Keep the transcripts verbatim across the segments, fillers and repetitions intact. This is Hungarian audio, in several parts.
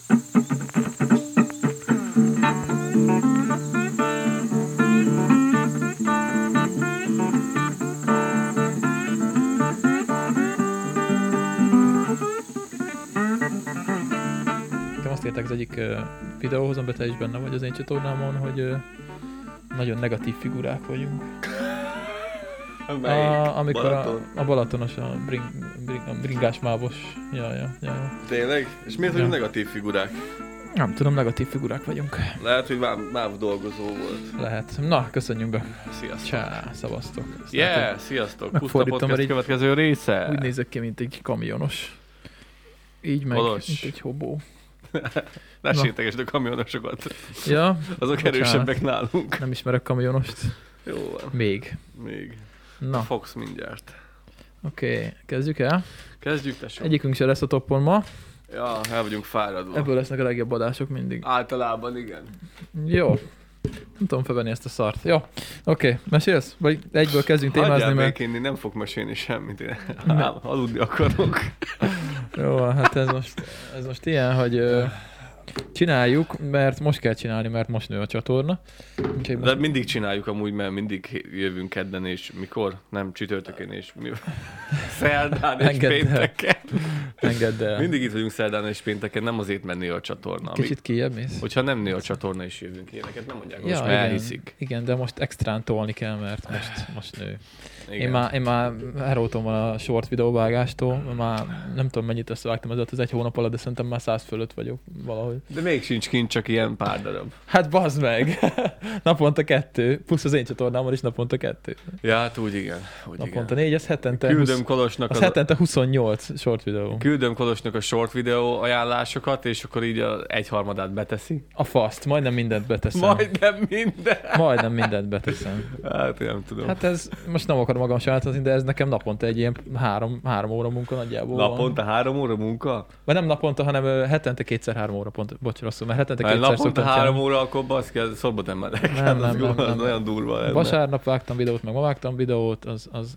Az egyik uh, videóhoz, amiben te is benne vagy az én csatornámon, hogy uh, nagyon negatív figurák vagyunk. A, amikor Balaton? A, a balatonos, a, bring, bring, a bringás mávos. Ja, ja, ja, ja. Tényleg? És miért vagyunk ja. negatív figurák? Nem tudom, negatív figurák vagyunk. Lehet, hogy máv, máv dolgozó volt. Lehet. Na, köszönjünk be. Sziasztok. Csá, szavaztok. Yeah, lehet, sziasztok. Puszta Podcast következő része. Úgy nézek ki, mint egy kamionos. Így meg, Valós. Mint egy hobó. Ne sértegesd a kamionosokat. Ja, azok bocsánat. Erősebbek nálunk. Nem ismerek kamionost. Jó van. Még. Még. Na. Fogsz mindjárt. Oké, okay. Kezdjük el? Kezdjük, tesó. Egyikünk se lesz a toppon ma. Ja, el vagyunk fáradva. Ebből lesznek a legjobb adások mindig. Általában igen. Jó. Nem tudom felvenni ezt a szart. Jó. Oké, okay. Mesélsz? Vagy egyből kezdjünk témázni, mert... Hagyjál békén, nem fog mesélni semmit. Én aludni akarok. Jó, hát ez most, ez most ilyen, hogy ö, csináljuk, mert most kell csinálni, mert most nő a csatorna. De most... mindig csináljuk amúgy, mert mindig jövünk kedden, és mikor? Nem, csütörtökön, és mi... szerdán és pénteken. Engedd el. Mindig itt vagyunk szerdán és pénteken, nem azért, mert nő a csatorna. Kicsit kijebb mész? Hogyha nem nő a csatorna, is jövünk ilyeneket, nem mondják, ja, most már elhiszik. Igen, de most extrán tolni kell, mert most, most nő. Én már, én már elrótom a short videóvágástól, már nem tudom mennyit összevágtam ezzel az egy hónap alatt, de szerintem már száz fölött vagyok valahogy. De még sincs kint, csak ilyen pár darab. Hát bazd meg! Naponta kettő, plusz az én csatornámon is naponta kettő. Ja, hát úgy igen. Úgy naponta igen. négy, ez hetente, Küldöm Kolosnak az, az hetente huszonnyolc short videó. Küldöm Kolosnak a short videó ajánlásokat, és akkor így a egyharmadát beteszi. A faszt, majdnem mindent beteszem. Majdnem mindent. Majdnem mindent beteszem. Hát én nem tudom. Hát ez, most nem akarom magam sajátozni, de ez nekem naponta egy ilyen három, három óra munka nagyjából. Naponta van. három óra munka? Vagy nem naponta, hanem hetente kétszer három óra pont. Bocs, rosszul, mert hetente mert kétszer naponta három csinálni. Óra, akkor basz kell, szombaton már nekem. Nem, nem, nem, nem, nem. Olyan durva lenne. Vasárnap vágtam videót, meg ma vágtam videót, az... az...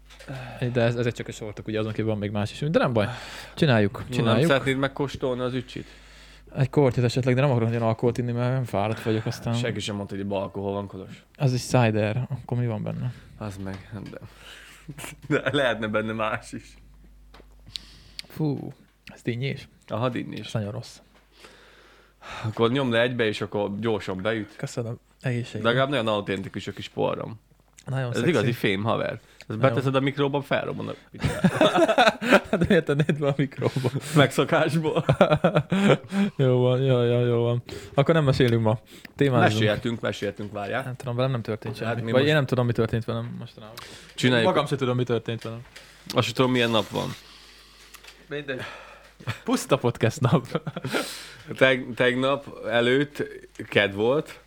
De ez, ezek csak a sortok, ugye azon kívül van még más is. De nem baj. Csináljuk, csináljuk. Nem szeretnéd megkóstolni az ücsit? Egy kortyot esetleg, de nem akarok nagyon alkoholt inni, mert nem fáradt vagyok aztán. Senki sem mondta, hogy egy alkohol van, Kolos. Az egy cider, akkor mi van benne? Az meg, de... de lehetne benne más is. Fú, ez dinnyés. Aha, dinnyés. Ez nagyon rossz. Akkor nyomd le egybe, és akkor gyorsan beüt. Köszönöm, egészséged. De legalább nagyon autentikus a kis porram. Nagyon ez szexi. Igazi fém, haver. Ezt beteszed a mikróban, felrobban a... Hát miért tennéd be a mikróban? Megszokásból. Jó van, jó, jó, jó van. Akkor nem mesélünk ma. Témázunk. Meséltünk, meséltünk, várjál. Nem tudom, velem nem történt semmi. Hát Vagy most... én nem tudom, mi történt velem mostanában. Csináljuk. Magam sem tudom, mi történt velem. Azt sem tudom, milyen nap van. Mindegy. Puszta podcast nap. Teg, tegnap előtt kedd volt.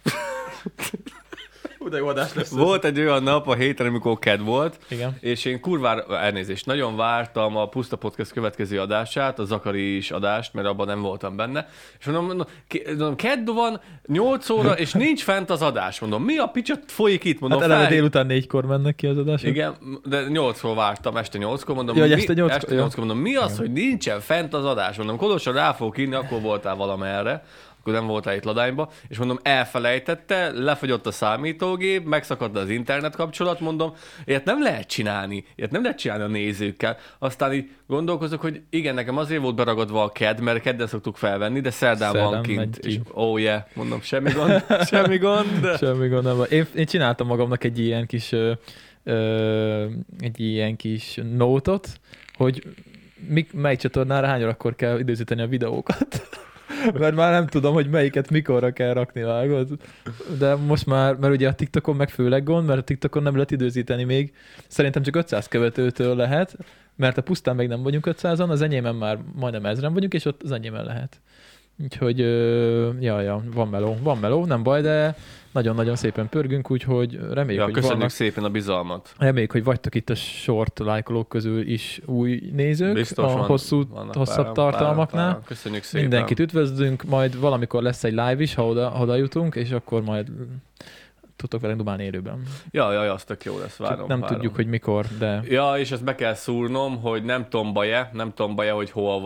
De jó adás lesz. Volt egy olyan nap a héten, amikor kedd volt, igen. És én kurvára, elnézést, nagyon vártam a Puszta Podcast következő adását, a Zakari is adást, mert abban nem voltam benne. És mondom, mondom, mondom kedd van, nyolc óra, és nincs fent az adás. Mondom, mi a picsat folyik itt? Mondom, hát eleve fel... délután négykor mennek ki az adások. Igen, de nyolckor vártam, este nyolckor, mondom, ja, mi, este nyolckor, este nyolckor mondom, mi az, igen. Hogy nincsen fent az adás? Mondom, Kolosra rá fogok írni, akkor voltál valamerre. Akkor nem voltál itt Ladányba, és mondom, elfelejtette, lefagyott a számítógép, megszakadt az internet kapcsolat, mondom, ilyet nem lehet csinálni, ilyet nem lehet csinálni a nézőkkel. Aztán így gondolkozok, hogy igen, nekem azért volt beragadva a kedd, mert kedden szoktuk felvenni, de szerdán van kint. És oh yeah, mondom, semmi gond, semmi gond. De... Semmi gond nem van. Én, én csináltam magamnak egy ilyen kis, ö, ö, egy ilyen kis nótot, hogy mik, melyik csatornára hány órakor kell időzíteni a videókat. Mert már nem tudom, hogy melyiket mikorra kell rakni, vágod. De most már, mert ugye a TikTokon meg főleg gond, mert a TikTokon nem lehet időzíteni még. Szerintem csak ötszáz követőtől lehet, mert a pusztán még nem vagyunk ötszázan, az enyémen már majdnem ezren vagyunk, és ott az enyémen lehet. Úgyhogy, ja, ja, van meló, van meló, nem baj, de nagyon-nagyon szépen pörgünk, úgyhogy reméljük, ja, hogy köszönjük vannak, szépen a bizalmat. Reméljük, hogy vagytok itt a short lájkolók közül is új nézők, biztos a van, hosszú, hosszabb páran, tartalmaknál. Páran, páran. Köszönjük szépen. Mindenkit üdvözlünk, majd valamikor lesz egy live is, ha oda, ha oda jutunk, és akkor majd tudtok velünk dumálni élőben. Ja, ja, az tök jó lesz, várom. Nem várom. tudjuk, hogy mikor, de... Ja, és ezt be kell szúrnom, hogy nem tomba-e, nem tomba-e, hogy hol vagy.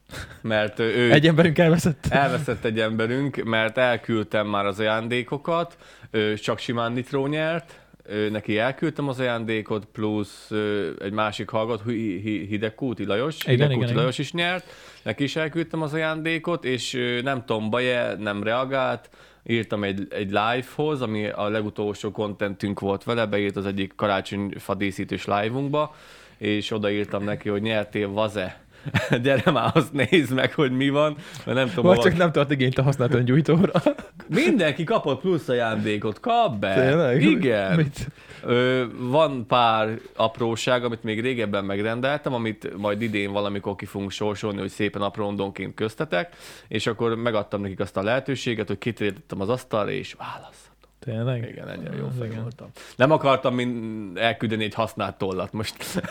mert ő... Egy emberünk elveszett. Elveszett egy emberünk, mert elküldtem már az ajándékokat, ő csak simán Nitro nyert, ő, neki elküldtem az ajándékot, plusz ő, egy másik hallgató, Hidegkúti Lajos, Hidegkúti Lajos is nyert, neki is elküldtem az ajándékot, és ő, nem tudom, Baje nem reagált, írtam egy, egy live-hoz, ami a legutolsó contentünk volt vele, beírt az egyik karácsonyfa díszítős live-unkba, és odaírtam neki, hogy nyertél, vaze. Gyere már, azt nézd meg, hogy mi van. Mert nem tudom, Vagy hova... csak nem tart igényt a használt öngyújtóra. Mindenki kapott plusz ajándékot, kap be! Tényleg? Igen! Mit? Ö, van pár apróság, amit még régebben megrendeltem, amit majd idén valamikor ki fogunk sorsolni, hogy szépen aprondonként köztetek, és akkor megadtam nekik azt a lehetőséget, hogy kitérítettem az asztalra, és válasz. Tényleg? Igen, ennyire jó fej voltam. Nem akartam mind elküldeni egy használt tollat most.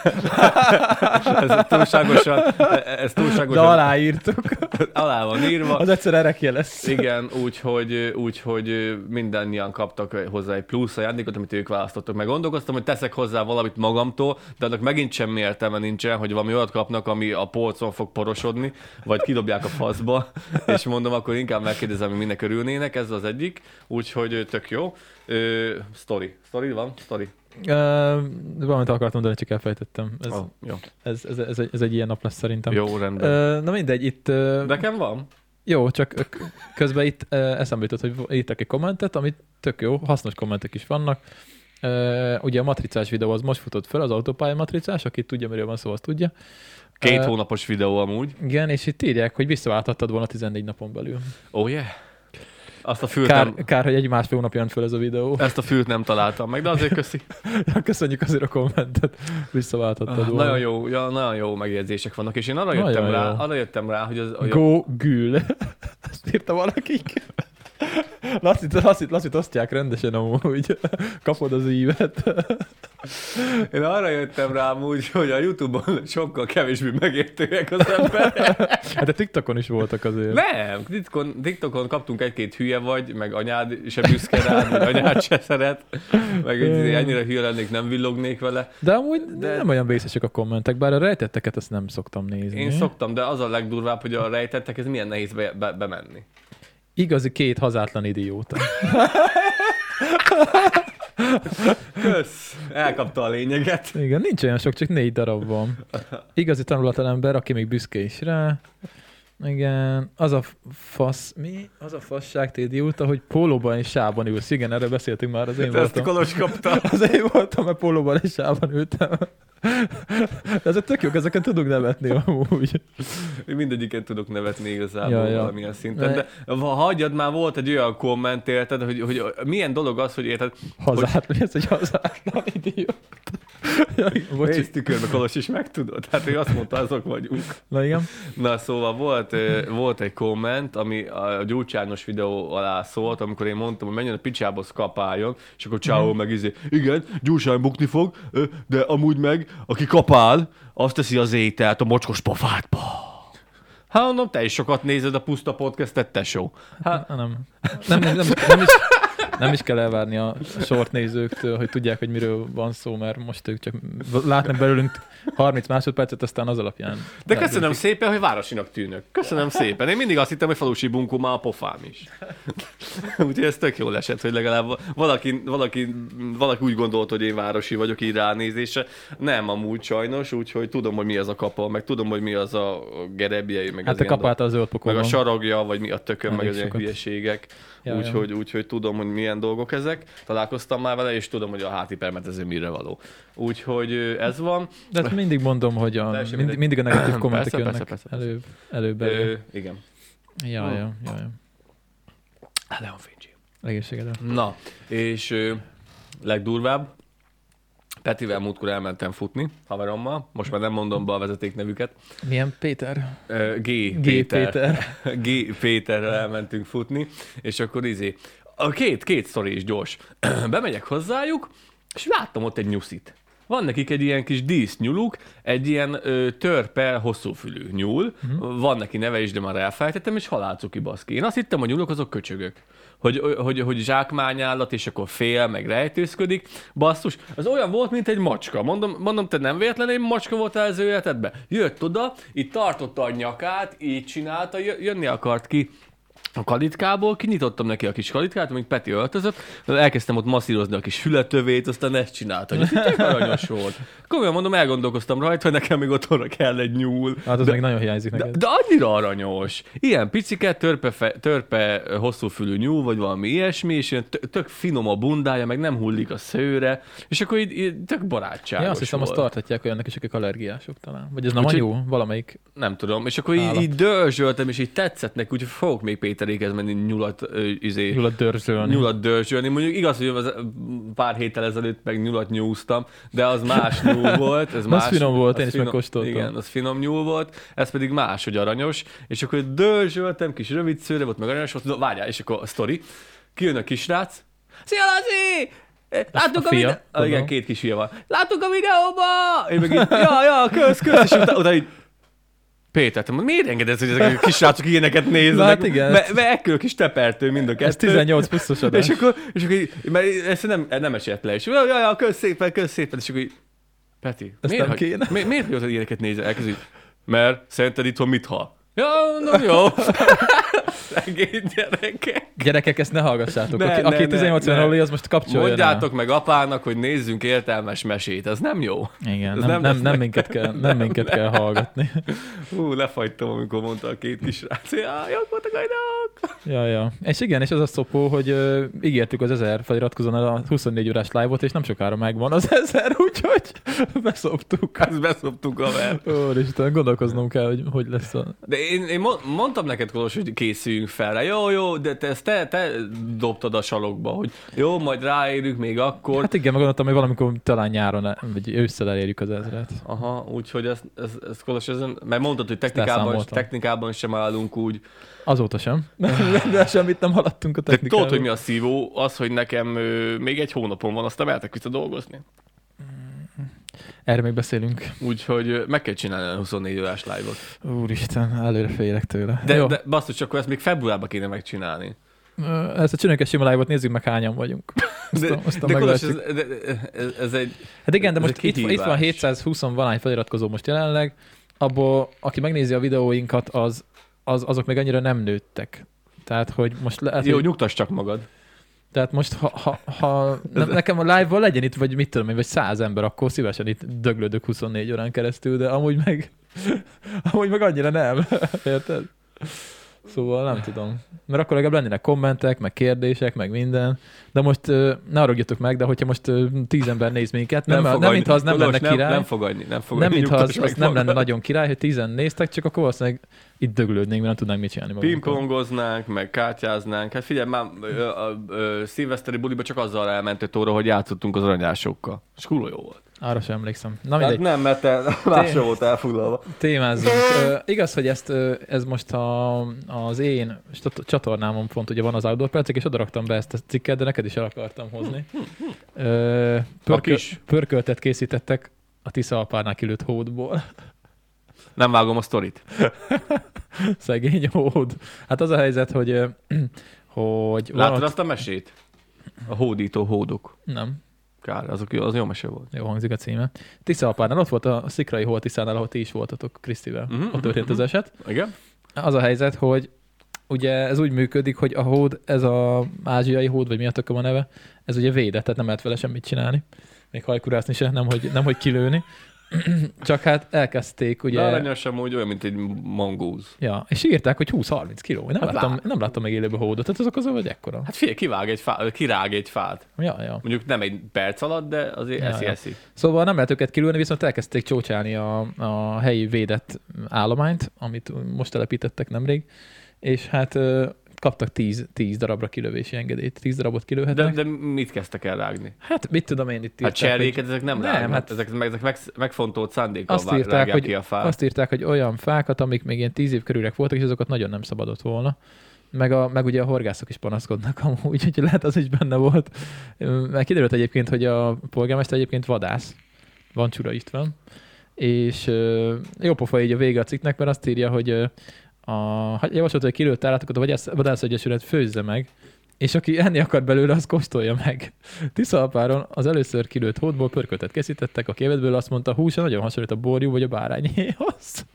ez túlságosan... Ez túlságosan... De aláírtuk. Alá van írva. Az egyszer erekje lesz. Igen, úgyhogy úgy, hogy mindannyian kaptak hozzá egy plusz ajándékot, amit ők választottak. Meg gondolkoztam, hogy teszek hozzá valamit magamtól, de annak megint semmi értelme nincsen, hogy valami olyat kapnak, ami a polcon fog porosodni, vagy kidobják a faszba, és mondom, akkor inkább megkérdezem, hogy minek örülnének, ez az egyik, úgyhogy tök jó. Ö, story. Story van? Story. Uh, valamit akartam mondani, csak elfejtettem. Ez, oh, jó. Ez, ez, ez, egy, ez egy ilyen nap lesz szerintem. Jó, rendben. Uh, na mindegy, itt... Uh, Nekem van. Jó, csak közben itt uh, eszembe jutott, hogy írtak egy kommentet, amit tök jó, hasznos kommentek is vannak. Uh, ugye a matricás videó az most futott fel, az autópálya matricás, aki tudja, miről van szó, az tudja. Két uh, hónapos videó amúgy. Igen, és itt írják, hogy visszaválthattad volna tizennégy napon belül. Oh yeah. Azt a fült kár, nem... kár, hogy egy másfél hónap jön föl ez a videó. Ezt a fült nem találtam meg, de azért köszi. Ja, köszönjük azért a kommentet. Visszaváltottad ah, volna. Nagyon jó, ja, nagyon jó megjegyzések vannak, és én arra jöttem nagyon rá, jó. arra jöttem rá, hogy az... Hogy Go Gül. Ezt írta valaki. Lassit, lassit, lassit osztják rendesen amúgy. Kapod az ívet. Én arra jöttem rá amúgy, hogy a YouTube-on sokkal kevésbé megértőek az emberek. Hát a TikTokon is voltak azért. Nem, TikTokon, TikTokon kaptunk egy-két hülye vagy, meg anyád se büszke rád, vagy anyád se szeret, meg egy, ennyire hülye lennék, nem villognék vele. De amúgy de... nem olyan vészesek a kommentek, bár a rejtetteket azt nem szoktam nézni. Én szoktam, de az a legdurvább, hogy a rejtettek, ez milyen nehéz be, be, bemenni. Igazi két hazátlan idióta. Kösz! Elkapta a lényeget. Igen, nincs olyan sok, csak négy darab van. Igazi tanulatlan ember, aki még büszke is rá. Igen, az a fasz, mi? Az a fasság, te idióta, hogy pólóban és sában ülsz. Igen, erről beszéltünk már, az én Te voltam. Ezt a Kolos kapta. Az én voltam, mert pólóban és sában ültem. De ezek tök jók, ezeken tudunk nevetni amúgy. Mindegyiket tudok nevetni igazából Ja, ja. valamilyen szinten. De ha hagyjad, már volt egy olyan komment, érted, hogy, hogy milyen dolog az, hogy érted... Hazát, hogy... ez egy hazátlan idióta. Nézd tükörbe, Kolos is megtudod. Hát ő azt mondta, azok vagyunk. Na igen. Na szóval volt, volt egy komment, ami a Gyurcsányos videó alá szólt, amikor én mondtam, hogy menjen a picsába, kapáljon, és akkor Csáó meg izé, igen, Gyurcsány bukni fog, de amúgy meg, aki kapál, azt teszi az ételt a mocskos pofádba. Hát mondom, te is sokat nézed a Puszta Podcastet, tesó. Hát, nem. Nem, nem, nem, nem, is, nem is kell elvárni a sort nézőktől, hogy tudják, hogy miről van szó, mert most ők csak látnak belőlünk harminc másodpercet, aztán az alapján. De köszönöm szépen, hogy városinak tűnök. Köszönöm szépen. Én mindig azt hittem, hogy falusi bunkó már a pofám is. Úgyhogy ez tök jól esett, hogy legalább valaki, valaki, valaki úgy gondolt, hogy én városi vagyok így ránézése. Nem amúgy sajnos, úgyhogy tudom, hogy mi az a kapa, meg tudom, hogy mi az a gerebje, meg hát az te kapáltál a zöld pokolban. meg a saragja, vagy mi a tökön, Elég meg az ilyen sokat. hülyeségek. Ja, úgyhogy, úgyhogy tudom, hogy milyen dolgok ezek. Találkoztam már vele, és tudom, hogy a hátipermetező mire való. Úgyhogy ez van. De ezt mindig mondom, hogy a, Teljesen mind, mindig a negatív kommentek Persze, jönnek persze, persze, előbb. előbb, Ö, előbb. igen. Ja, ja, ja, ja. Leon Fincsi. Egészségedre. Na, és ö, legdurvább, Petivel múltkor elmentem futni, haverommal, most már nem mondom be a vezetéknevüket. Milyen Péter? Ö, G. G. Péter. Péter. G. Péterrel elmentünk futni, és akkor izé, a két, két sztori is gyors. Bemegyek hozzájuk, és láttam ott egy nyuszit. van nekik egy ilyen kis dísznyuluk, egy ilyen ö, törpe, hosszúfülű nyúl, uh-huh. van neki neve is, de már elfelejtettem, és halálcuki baszki. Én azt hittem, hogy nyulok azok köcsögök. Hogy, hogy, hogy zsákmányállat, és akkor fél, meg rejtőzködik. Basszus, az olyan volt, mint egy macska. Mondom, mondom te nem véletlenül egy macska voltál az ő életedben? Jött oda, így tartotta a nyakát, így csinálta, jönni akart ki a kalitkából, kinyitottam neki a kis kalitkát, amíg Peti öltözött, elkezdtem ott masszírozni a kis fületövét, aztán ezt csinálta. Ez tényleg aranyos volt. Komolyan mondom, elgondolkoztam rajta, hogy nekem még otthonra kell egy nyúl. Hát az de, még nagyon hiányzik neked. De, de annyira aranyos. Ilyen picike, törpe, fe, törpe hosszúfülű nyúl, vagy valami ilyesmi, és ilyen tök finom a bundája, meg nem hullik a szőre, és akkor így, így tök barátságos. Ja, azt hiszem, volt. azt tarthatják olyannak is, akik allergiások talán. Vagy ez nem Úgyhogy, a nyúl? Valamelyik. Nem tudom. És akkor így, így dörzsöltem, és így tetszett neki, úgyhogy fogok még Péterékhez menni nyulat, ö, izé, nyulat dörzsölni. Nyulat dörzsölni. Mondjuk igaz, hogy az pár héttel ezelőtt meg nyulat nyúztam, de az más nyúl volt. Ez más, az finom volt, az én is finom, megkóstoltam. Igen, az finom nyúl volt, ez pedig más, hogy aranyos. És akkor dörzsöltem, kis rövid szőre volt, meg aranyos volt. Várjál, és akkor a sztori. Kijön a kisrác. Szia, Laci! Láttuk a, a videóban. Ah, igen, két kis fia van. Láttuk a videóban! Én meg így, ja, ja, kösz, kösz, és utána, utána így, Péter, te miért engedesz, hogy ezek a kis srácok ilyeneket néznek? Hát igen. Mert ekkor kis tepertő mind a kettő. Ez tizennyolc pluszos adás. És akkor, és akkor így, mert ezt nem, nem esett le. És jaj, jaj, kösz szépen, kösz szépen. És akkor így, Peti, ezt miért, nem kéne. Mi, miért hogy ilyeneket nézel? Elkezdődik, mert szerinted itthon mit hal? Ja, no, jó. Szegény gyerekek. Gyerekek, ezt ne hallgassátok. Ne, aki ne, aki tizennyolc éven aluli, az most kapcsolja. Mondjátok meg apának, hogy nézzünk értelmes mesét. Ez nem jó. Igen, nem, nem, nem, nem, minket kell, nem minket kell hallgatni. Hú, lefagytam, amikor mondta a két kis rác. Ja, jók voltak a videók. Ja, ja. És igen, és az a szopó, hogy uh, ígértük az ezer feliratkozón a huszonnégy órás live-ot, és nem sokára megvan az ezer, úgyhogy beszoptuk. Ezt beszoptuk, haver. Úristen, gondolkoznom kell, hogy hogy lesz a... De én, én mondtam neked, Kolos, hogy készüljünk fel rá. Jó, jó, de te, ezt te, te dobtad a salokba, hogy jó, majd ráérünk még akkor. Hát igen, meg gondoltam, hogy valamikor talán nyáron, vagy ősszel elérjük az ezret. Aha, úgyhogy ez, ez, ez Kolos, ezen, mert mondtad, hogy technikában, technikában sem állunk úgy. Azóta sem. De semmit nem haladtunk a technikában. De tudod, hogy mi a szívó? Az, hogy nekem ö, még egy hónapon van, aztán mehetek vissza dolgozni. Erre még beszélünk. Úgyhogy meg kell csinálni a huszonnégy órás live-ot. Úristen, előre félek tőle. De, de basszus, akkor ezt még februárban kéne megcsinálni. Ezt a csináljuk egy sima live-ot, nézzük meg, hányan vagyunk. De, de Kolos, ez, de, ez, ez egy... Hát igen, de most itt, itt van hétszázhúsz valány feliratkozó most jelenleg, abból, aki megnézi a videóinkat, az, az, azok még annyira nem nőttek. Tehát, hogy most lehet, Jó, hogy... nyugtass csak magad. Tehát most, ha, ha, ha ne, nekem a live-val legyen itt, vagy mit tudom én, vagy száz ember, akkor szívesen itt döglődök huszonnégy órán keresztül, de amúgy meg, amúgy meg annyira nem. Érted? Szóval nem tudom. Mert akkor legalább lennének kommentek, meg kérdések, meg minden. De most ne haragudjatok meg, de hogyha most tíz ember néz minket, nem, nem, nem mintha az nem lenne király. Nem, nem fog annyi, nem fog Nem annyi, mintha az, az nem magad. lenne nagyon király, hogy tízen néztek, csak akkor valószínűleg itt döglődnénk, mert nem tudnánk mit csinálni magunkkal. Pingpongoznánk, meg kártyáznánk. Hát figyelj, már a szilveszteri buliba csak azzal elmentett óra, hogy játszottunk az aranyásokkal. És kurva jó volt. Arra sem emlékszem. Na mindegy. Hát nem, mert te másra volt elfoglalva. Témázzunk. Uh, igaz, hogy ezt, uh, ez most a, az én csatornámon pont ugye van az outdoor percek, és odaraktam be ezt a cikket, de neked is el akartam hozni. Uh, pörkö, pörköltet készítettek a Tisza-Alpárnál kilőtt hódból. Nem vágom a sztorit. Szegény hód. Hát az a helyzet, hogy... hogy Látod azt a mesét? A hódító hódok. Nem. Kár, azok, az jó mese volt. Jó hangzik a címe. Tisza-Alpárnál, ott volt a Szikrai hó Tiszánál, ahol ti is voltatok Krisztivel. Uh-huh, ott történt uh-huh. az eset. Igen. Az a helyzet, hogy ugye ez úgy működik, hogy a hód, ez az ázsiai hód, vagy mi a tököm a neve, ez ugye védett, tehát nem lehet vele semmit csinálni. Még hajkurászni se, nem hogy, nem, hogy kilőni. Csak hát elkezdték, ugye... De aranyos amúgy olyan, mint egy mangóz. Ja, és írták, hogy húsz-harminc kiló. Nem, hát láttam, lát. nem láttam meg élőben hódot, tehát azok azok vagy ekkora. Hát figyelj, kivág egy fát, kirág egy fát. Ja, ja. Mondjuk nem egy perc alatt, de azért ja, eszi-eszi. Ja. Szóval nem lehet őket kilőni, viszont elkezdték csócsálni a, a helyi védett állományt, amit most telepítettek nemrég, és hát kaptak tíz, tíz darabra kilövési engedélyt. tíz darabot kilőhetnek. De, de mit kezdtek el rágni? Hát mit tudom én itt írták, hát cservéket ezek nem, nem rágnak. Hát ezek, meg, ezek meg, megfontolt szándékkal azt írták, rágják hogy, ki a fát. Azt írták, hogy olyan fákat, amik még ilyen tíz év körülek voltak, és azokat nagyon nem szabadott volna. Meg, a, meg ugye a horgászok is panaszkodnak amúgy, úgyhogy lehet az is benne volt. Meg kiderült egyébként, hogy a polgármester egyébként vadász. Vancsura István, és uh, jó pofa így a vége a cikknek, mert azt írja, hogy uh, a javasolt, hogy kilőtt állatokat a Vadász- Vadászegyesület főzze meg, és aki enni akar belőle, az kóstolja meg. Tiszalpáron az először kilőtt hódból pörköltet készítettek, aki ebből azt mondta, húsa nagyon hasonlít a borjú vagy a bárányéhoz.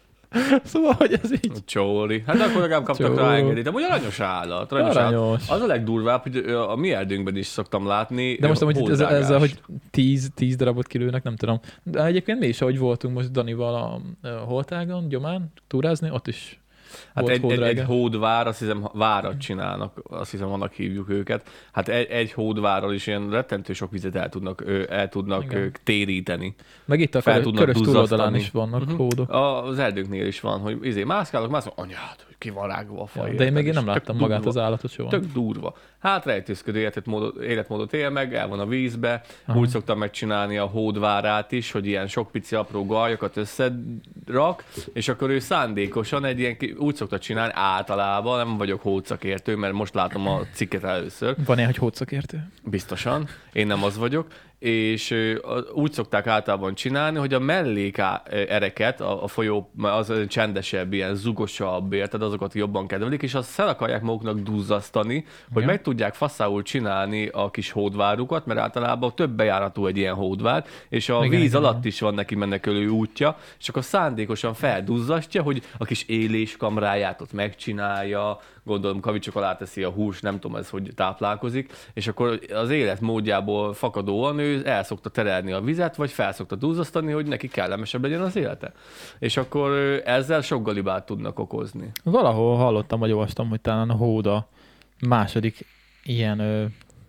Szóval, hogy ez így... Csóri. Hát akkor legalább kaptak Csóri. rá engedélyt. Amúgy aranyos állat. Aranyos Aranyos. állat. Az a legdurvább, hogy a mi erdőnkben is szoktam látni. De most amúgy ez, ez, hódrágást. hogy tíz, tíz darabot kilőnek, nem tudom. De egyébként mi is, ahogy voltunk most Danival a, a Holtágon, Gyomán, túrázni, ott is Hát volt egy, egy, egy hódrága. hódvár, azt hiszem várat csinálnak, azt hiszem annak hívjuk őket. Hát egy, egy hódvárral is ilyen rettentő sok vizet el tudnak, ö, el tudnak Igen. ők téríteni. Meg itt a fel körös, tudnak körös túloldalán duzzasztani. is vannak Mhm. hódok. A- Az erdőknél is van, hogy izé, mászkálok, mászkálok, anyád, hogy ki van rágva a fa. Ja, de én még én nem érted? És láttam tök magát durva. az állatot soha. Tök durva. Hát rejtőzködő életmódot, életmódot él meg, el van a vízbe. Aha. Úgy szoktam megcsinálni a hódvárát is, hogy ilyen sok pici apró galjakat összerak, és akkor ő szándékosan egy ilyen, ki- úgy szokta csinálni általában, nem vagyok hódszakértő, mert most látom a cikket először, Van ilyen, hogy hódszakértő? biztosan, én nem az vagyok, és ö, a- úgy szokták általában csinálni, hogy a mellék á- ereket, a, a folyó az csendesebb, ilyen zugosabb, érted, azokat jobban kedvelik, és azt fel akarják maguknak duzzasztani, hogy Igen. meg tudják faszául csinálni a kis hódvárukat, mert általában több bejáratú egy ilyen hódvár, és a Igen, víz igen, alatt igen. is van neki menekülő útja, és akkor szándékosan felduzzasztja, hogy a kis éléskamráját ott megcsinálja, gondolom kavicsok alá teszi a hús, nem tudom ez, hogy táplálkozik, és akkor az életmódjából fakadóan ő el szokta terelni a vizet, vagy fel szokta duzzasztani, hogy neki kellemesebb legyen az élete. És akkor ö, ezzel sok galibát tudnak okozni. Valahol hallottam, vagy olvastam, hogy talán a hóda második ilyen, ö,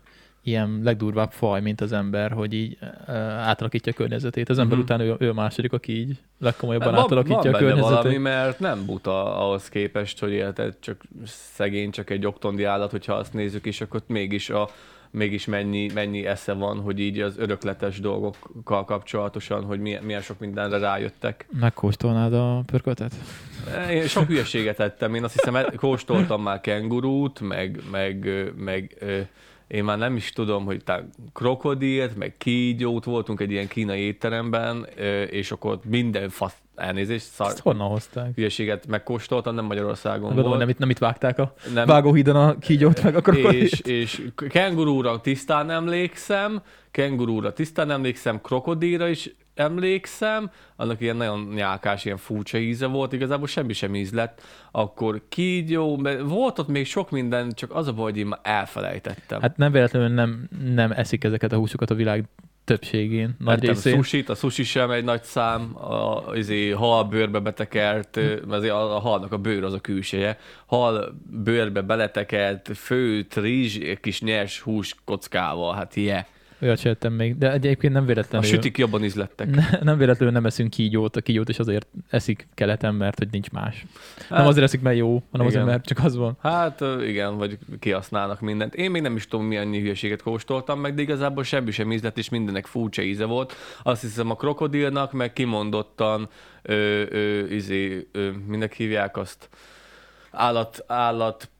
ilyen legdurvább faj, mint az ember, hogy így ö, átalakítja a környezetét. Az ember Mhm. után ő, ő a második, aki így legkomolyabban van, átalakítja van a benne környezetét. valami, mert nem buta ahhoz képest, hogy érted, csak szegény, csak egy oktondi állat, hogyha azt nézzük, és akkor mégis a mégis mennyi, mennyi esze van, hogy így az örökletes dolgokkal kapcsolatosan, hogy milyen, milyen sok mindenre rájöttek. Megkóstolnád a pörköltet? Én sok hülyeséget ettem, én azt hiszem, e- kóstoltam már kengurút, meg, meg, ö, meg ö, én már nem is tudom, hogy talán krokodilt, meg kígyót, voltunk egy ilyen kínai étteremben, ö, és akkor ott minden fasz, elnézést, szar, Ezt honnan hozták? hülyeséget megkóstoltam, nem Magyarországon Gondolom, volt. nem itt, nem itt vágták a Nem. vágóhídon a kígyót meg a krokodilt. És, és kengurúra tisztán emlékszem, kengurúra tisztán emlékszem, krokodilra is emlékszem, annak ilyen nagyon nyálkás, ilyen furcsa íze volt, igazából semmi sem íz lett. Akkor kígyó, mert volt ott még sok minden, csak az a baj, hogy én már elfelejtettem. Hát nem véletlenül nem, nem eszik ezeket a húsokat a világ többségén, nagy Ettem részén. sushit, a sushi sem egy nagy szám, a, izé, hal bőrbe betekert, mert azért a, a halnak a bőr az a külseje, hal bőrbe beletekert, főt, rizs, kis nyers hús kockával, hát yeah. Olyat sem ettem még, de egyébként nem A véletlenül, sütik jobban ízlettek. ne, nem véletlenül nem eszünk kígyót, a kígyót is azért eszik keleten, mert hogy nincs más. Hát, Nem azért eszik, mert jó, hanem azért, igen. mert csak az van. Hát ö, igen, vagy kihasználnak mindent. Én még nem is tudom, milyen hülyeséget kóstoltam meg, de igazából semmi sem ízlet, és mindennek furcsa íze volt. Azt hiszem a krokodilnak, meg kimondottan ö, ö, izé, ö, minek hívják azt? Állat, állat...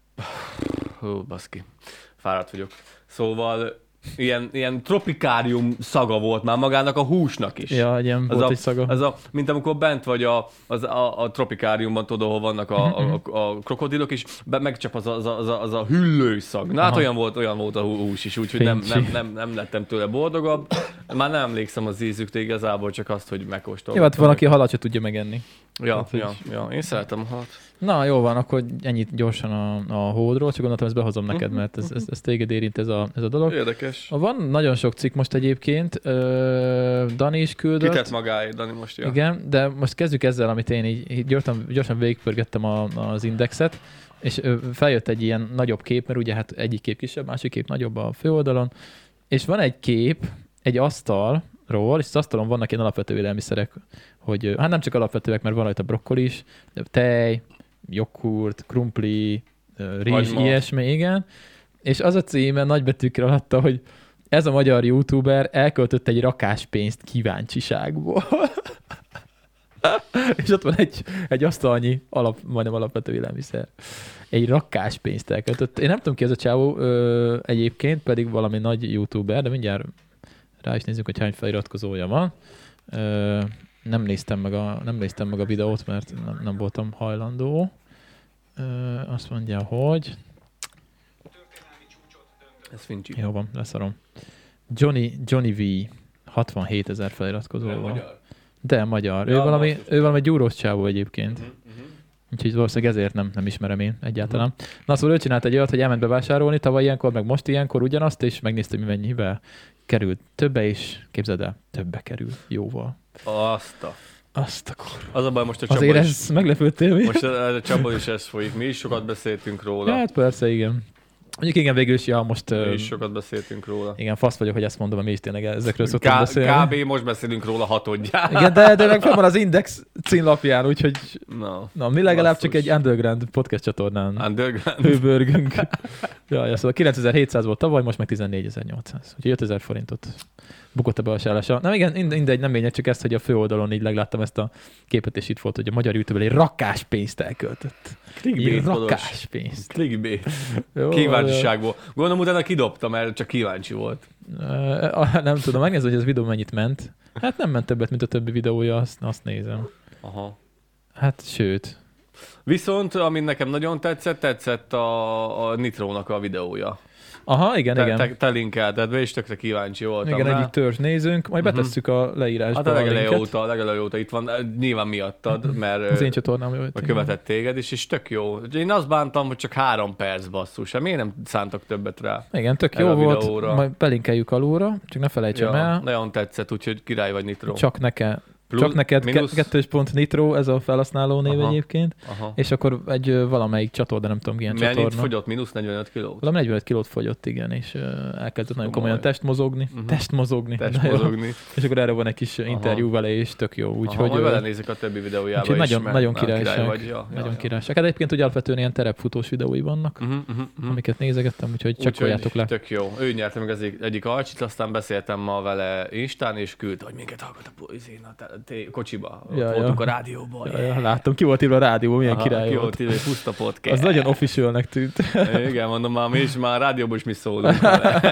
Hú, baszki, fáradt vagyok. Szóval ilyen, ilyen tropikárium szaga volt már magának a húsnak is. Ja, egy ilyen Az volt a, egy szaga. az a, mint amikor bent vagy a, az, a, a tropikáriumban, tudod, ahol vannak a, a, a, a krokodilok, és be, megcsap az a, az, a, az, a, az a hüllőszag. Na hát Aha. olyan volt, olyan volt a hú- hús is, úgyhogy nem, Fincsi. nem, nem, nem lettem tőle boldogabb. Már nem emlékszem az ízükre igazából, csak azt, hogy megkóstoltam. Jó, hát van, aki a halat se tudja megenni. Ja, Hát, hogy- ja, ja, én szeretem a halat. Na, jó van, akkor ennyit gyorsan a, a hódról, csak gondoltam, ezt behozom neked, mert ez, ez, ez téged érint ez a, ez a dolog. Érdekes. Van nagyon sok cikk most egyébként, Ö, Dani is küldött. Kitett magáért, Dani, most, ja. Igen, de most kezdjük ezzel, amit én így, így gyorsan, gyorsan végigpörgettem a, az indexet, és ö, feljött egy ilyen nagyobb kép, mert ugye hát egyik kép kisebb, másik kép nagyobb a főoldalon, és van egy kép egy asztalról, és az asztalon vannak ilyen alapvető élelmiszerek, hogy ö, hát nem csak alapvetőek, mert van rajta brokkoli is, de tej, joghurt, krumpli, ö, rizs, Hagyma. ilyesmi, igen. És az a címe nagybetűkkel alatta, hogy ez a magyar youtuber elköltött egy rakáspénzt kíváncsiságból. És ott van egy, egy asztalnyi alap, majdnem alapvető élelmiszer. Egy rakáspénzt elköltött. Én nem tudom ki ez a csávó ö, egyébként, pedig valami nagy youtuber, de mindjárt Rá is nézzük, hogy hány feliratkozója van. Ö, nem, néztem meg a, nem néztem meg a videót, mert nem, nem voltam hajlandó. Ö, azt mondja, hogy... Ez fincsi. Jó van, leszarom. Johnny, Johnny V. hatvanhétezer feliratkozóval. Magyar. De magyar. Ja, ő, valami, basszus. ő valami gyúrós csávó egyébként. Uh-huh, uh-huh. Úgyhogy valószínűleg ezért nem, nem ismerem én egyáltalán. Uh-huh. Na szóval ő csinált egy olyat, hogy elment bevásárolni tavaly ilyenkor, meg most ilyenkor ugyanazt, és megnézte, mi mennyivel került. Többe is, képzeld el, többe kerül. Jóval. Azt a... Azt akkor. Az a baj, most a Csaba Azért is... ez meglepődtél mi? Most a, a Csaba is ez folyik. Mi is sokat beszéltünk róla. Hát persze, igen. Mondjuk igen, végül is, ja, most... Mi ö, is sokat beszéltünk róla. Igen, fasz vagyok, hogy ezt mondom, mert mi is tényleg ezekről szoktunk K- beszélni. Kb. Most beszélünk róla hatodjára. Igen, de, de meg fel van az Index címlapján, úgyhogy No. na, mi legalább Basszus. csak egy underground podcast csatornán Underground. hőbörgünk. ja, ja, szóval kilencezer-hétszáz volt tavaly, most meg tizennégyezer-nyolcszáz. Úgyhogy ötezer forintot bukott a bevásárlása. Nem, igen, mindegy, nem lényeg, csak ezt, hogy a főoldalon így legláttam ezt a képet, és itt volt, hogy a magyar youtuber egy rakás pénzt elköltött. Egy rakás pénzt. Clickbait. Jó, Kíváncsiságból. Gondolom utána kidobta, mert csak kíváncsi volt. Ö, Nem tudom, megnézem, hogy ez videó mennyit ment. Hát nem ment többet, mint a többi videója, azt, azt nézem. Aha. Hát sőt. Viszont, ami nekem nagyon tetszett, tetszett a, a Nitrónak a videója. Aha, igen, Te, igen. te, te linkelted be, és tökre kíváncsi voltam Igen, rá. egyik törzs nézünk, majd Mhm. betesszük a leírásba Hát a a legeleje linket. óta, a legeleje óta itt van, nyilván miattad, mert Az én csatornám volt. vagy igen. követett téged is, és tök jó. Én azt bántam, hogy csak három perc basszus. Hát miért nem szántak többet rá? Igen, tök erre jó a volt, videóra. majd belinkeljük alulra, csak ne felejtsem el, nagyon tetszett, úgyhogy király vagy Nitro. csak, neke, Plusz- csak neked mínusz- ke- kettős pont nitro, ez a felhasználó név Aha. egyébként, Aha. és akkor egy ö, valamelyik csatorna, nem tudom milyen Mennyit csatorna. fogyott? Mínusz negyvenöt kilót? Valami negyvenöt kilót fogyott, igen, és uh, elkezdett nagyon komolyan Komoly. testmozogni. Mhm. Testmozogni. Test de jó. mozogni. És akkor erre van egy kis interjú vele, és tök jó. Úgyhogy Úgyhogy majd ö, belenézek a többi videójába úgyhogy is, nagyon, mert nagyon már királyság. király vagy. Ja, nagyon ja, királyság. Hát egyébként ugye alapvetően ilyen terepfutós videói vannak, Uh-huh, uh-huh, uh-huh. amiket nézegettem, úgyhogy csekkoljátok le. Tök jó. Ő nyerte meg az egyik, egyik alcsit, aztán beszéltem ma vele Instán, és küldte, hogy minket hallgat a poézén, a te- té- kocsiba. Ott Ja, voltunk ja. a rádióban. Ja, ja, láttam, ki volt írva a rádióban, milyen Aha, király ki volt. volt írva, hogy puszta podcast. Az nagyon officialnek tűnt. Igen, mondom, már mi is már a rádióban is mi szólunk.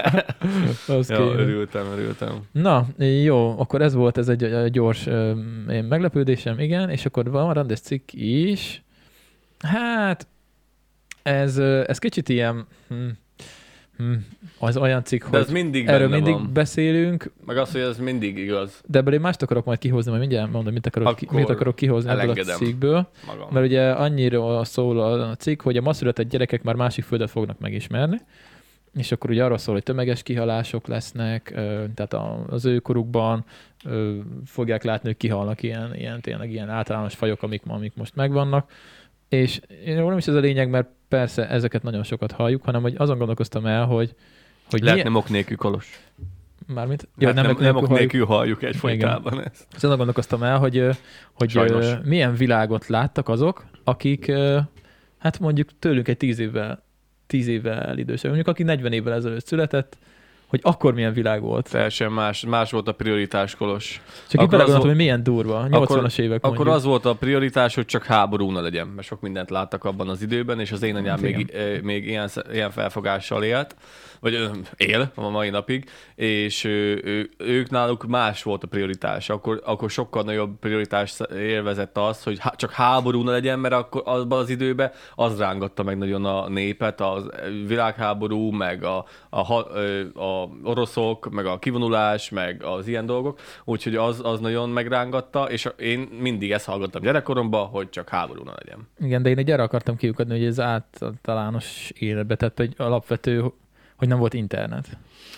Az ja, kéne. örültem, örültem. Na, jó, akkor ez volt, ez egy, egy gyors ö, ilyen meglepődésem, igen, és akkor van rendes cikk is. Hát, ez, ö, ez kicsit ilyen, hm, hm, az olyan cikk, De hogy ez mindig erről benne mindig van. beszélünk, Meg az, hogy ez mindig igaz. de ebből én mást akarok majd kihozni, majd mindjárt mondom, mit akarok, ki, Akkor mit akarok kihozni ebből a elengedem. cikkből. Magam. Mert ugye annyira szól a cikk, hogy a ma született gyerekek már másik földet fognak megismerni, és akkor ugye arról szól, hogy tömeges kihalások lesznek, ö, tehát a- az ő korukban ö, fogják látni, hogy kihalnak ilyen, ilyen tényleg ilyen általános fajok, amik, ma- amik most megvannak. És én nem is ez a lényeg, mert persze ezeket nagyon sokat halljuk, hanem hogy azon gondolkoztam el, hogy, hogy Lehet milyen- nem ok nélkül, Kolos. mármint, Ja, nem, nem, nem ok halljuk. nélkül halljuk egyfolytában ezt. És azon gondolkoztam el, hogy, ö, hogy Sajnos. ö, milyen világot láttak azok, akik ö, hát mondjuk tőlünk egy tíz évvel, tíz évvel idősebb, mondjuk aki negyven évvel ezelőtt született, hogy akkor milyen világ volt. Teljesen más, más volt a prioritás, Kolos. Csak így Akkor az belegondoltam, volt- hogy milyen durva, nyolcvanas évek Akkor mondjuk. az volt a prioritás, hogy csak háború ne legyen, mert sok mindent láttak abban az időben, és az én anyám Hát még, eh, még ilyen, ilyen felfogással élt, vagy ö, él a mai napig, és ő, ő, ők náluk más volt a prioritás. Akkor, akkor sokkal nagyobb prioritást élvezett az, hogy há, csak háború ne legyen, mert akkor abban az időben az rángatta meg nagyon a népet, a világháború, meg a, a, ha- ö, a oroszok, meg a kivonulás, meg az ilyen dolgok, úgyhogy az, az nagyon megrángatta, és én mindig ezt hallgattam gyerekkoromban, hogy csak háború ne legyen. Igen, de én egy erre akartam kiukadni, hogy ez általános életbe, tehát egy alapvető, hogy nem volt internet.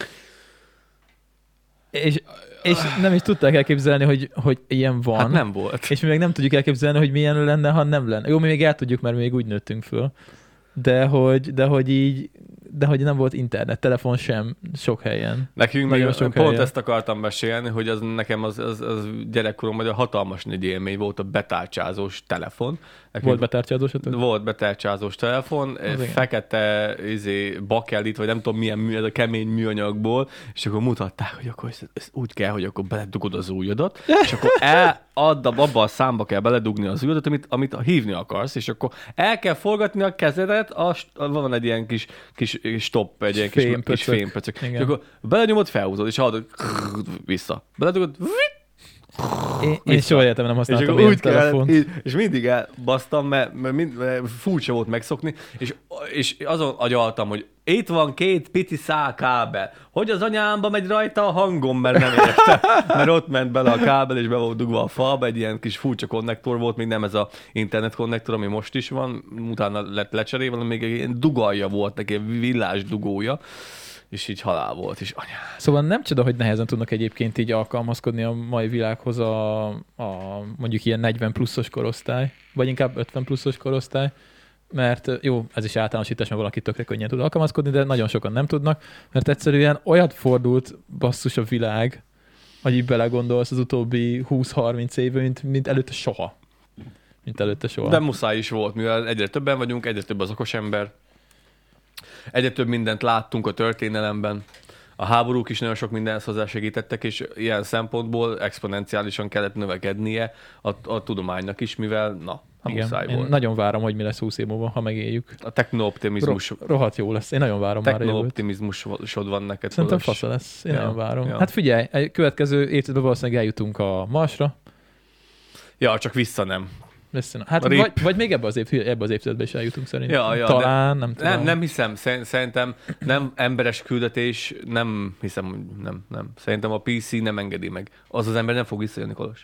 És, és nem is tudták elképzelni, hogy, hogy ilyen van. Hát nem volt. És mi meg nem tudjuk elképzelni, hogy milyen lenne, ha nem lenne. Jó, mi még el tudjuk, mert mi még úgy nőttünk föl. De hogy, de hogy így, de hogy nem volt internet, telefon sem sok helyen. Nekünk Nagyon még sok pont helyen. ezt akartam mesélni, hogy az nekem az, az, az gyerekkoromban egy hatalmas nagy élmény volt a betárcsázós telefon. Nekünk Volt betárcsázósatok? Volt betárcsázós telefon, Az igen. fekete izé, bakelit, vagy nem tudom milyen mű, ez a kemény műanyagból, és akkor mutatták, hogy akkor ez, ez úgy kell, hogy akkor beledugod az ujjadat, és akkor el, adda, abba a számba kell beledugni az ujjadat, amit, amit hívni akarsz, és akkor el kell forgatni a kezedet, a, van egy ilyen kis, kis stop, egy ilyen kis, Fémpöcök. kis fémpöcök. És Igen. akkor belenyomod, felhúzod, és hallod, vissza. Beledugod, Én, én Vissza. soha életem nem és használtam akkor ilyen úgy kell, telefont. így- és mindig elbasztam, mert, mert, mind, mert furcsa volt megszokni, és, és azon agyaltam, hogy itt van két pici szál kábel. Hogy az anyámba megy rajta a hangom, mert nem értem. Mert ott ment bele a kábel, és be volt dugva a falba, egy ilyen kis furcsa konnektor volt, még nem ez a internet konnektor, ami most is van, utána lett lecserélve, hanem még egy ilyen dugalja volt, neki egy villás dugója, és így halál volt, és anyám. Szóval nem csoda, hogy nehezen tudnak egyébként így alkalmazkodni a mai világhoz a, a mondjuk ilyen negyven pluszos korosztály, vagy inkább ötven pluszos korosztály, mert jó, ez is általánosítás, mert valaki tökre könnyen tud alkalmazkodni, de nagyon sokan nem tudnak, mert egyszerűen olyat fordult basszus a világ, hogy így belegondolsz az utóbbi húsz-harminc évben, mint, mint előtte soha. Mint előtte soha. De muszáj is volt, mivel egyre többen vagyunk, egyre több az okos ember, egyre több mindent láttunk a történelemben, a háborúk is nagyon sok mindenhez hozzásegítettek, és ilyen szempontból exponenciálisan kellett növekednie a, a tudománynak is, mivel na, a Igen, muszáj én volt. nagyon várom, hogy mi lesz húsz év múlva, ha megéljük. A techno-optimizmus, Ro- rohadt jó lesz. Én nagyon várom már a jövőt. techno-optimizmusod van neked. Szerintem Kolos. fasza lesz. Én Ja, nagyon várom. ja. Hát figyelj, egy következő évtizedben valószínűleg eljutunk a Marsra. Ja, csak vissza nem. Leszön. Hát Rip. vagy, vagy még ebbe az, év, ebbe az évtizedben is eljutunk szerintem. Ja, ja, Talán, nem tudom. Nem, nem hiszem. Szer- Szerintem nem emberes küldetés, nem hiszem, hogy nem, nem. Szerintem a pé cé nem engedi meg. Az az ember nem fog visszajönni, Kolos.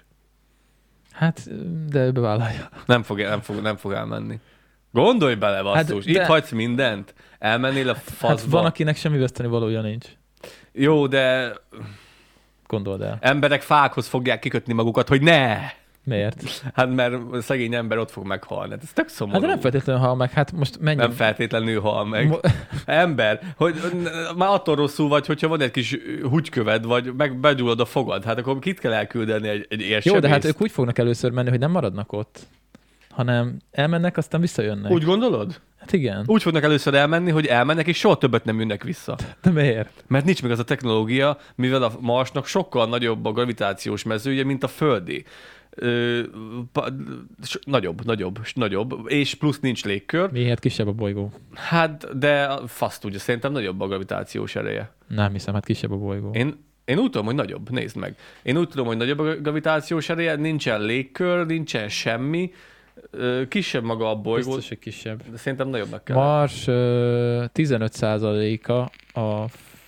Hát, de bevállalja. Nem fog, nem fog, nem fog elmenni. Gondolj bele, basszus. Hát, de- Itt hagysz mindent. Elmennél a faszba. Hát van, akinek semmi veszteni valója nincs. Jó, de Gondold el. emberek fákhoz fogják kikötni magukat, hogy ne! Miért? Hát mert szegény ember ott fog meghalni. Hát ez tök szomorú. Hát de nem feltétlenül hal meg. Hát most mennyi... Nem feltétlenül hal meg. Mo- Ember, hogy már attól rosszul vagy, hogyha van egy kis húgyköved, vagy meg begyullad a fogad, hát akkor kit kell elküldeni egy, egy érsebészt? Jó, de hát ők úgy fognak először menni, hogy nem maradnak ott, hanem elmennek, aztán visszajönnek. Úgy gondolod? Hát igen. Úgy fognak először elmenni, hogy elmennek, és soha többet nem jönnek vissza. De miért? Mert nincs meg az a technológia, mivel a Marsnak sokkal nagyobb a gravitációs mezője, mint a Földé. Ö, pa, s- nagyobb, nagyobb, s- nagyobb, és plusz nincs légkör. Miért kisebb a bolygó? Hát, de fasz tudja, szerintem nagyobb a gravitációs ereje. Nem hiszem, hát kisebb a bolygó. Én, én úgy tudom, hogy nagyobb, nézd meg. Én úgy tudom, hogy nagyobb a gravitációs ereje, nincsen légkör, nincsen semmi, ö, kisebb maga a bolygó, Biztos, hogy kisebb. de szerintem nagyobbnak kell. Mars ö, tizenöt százaléka a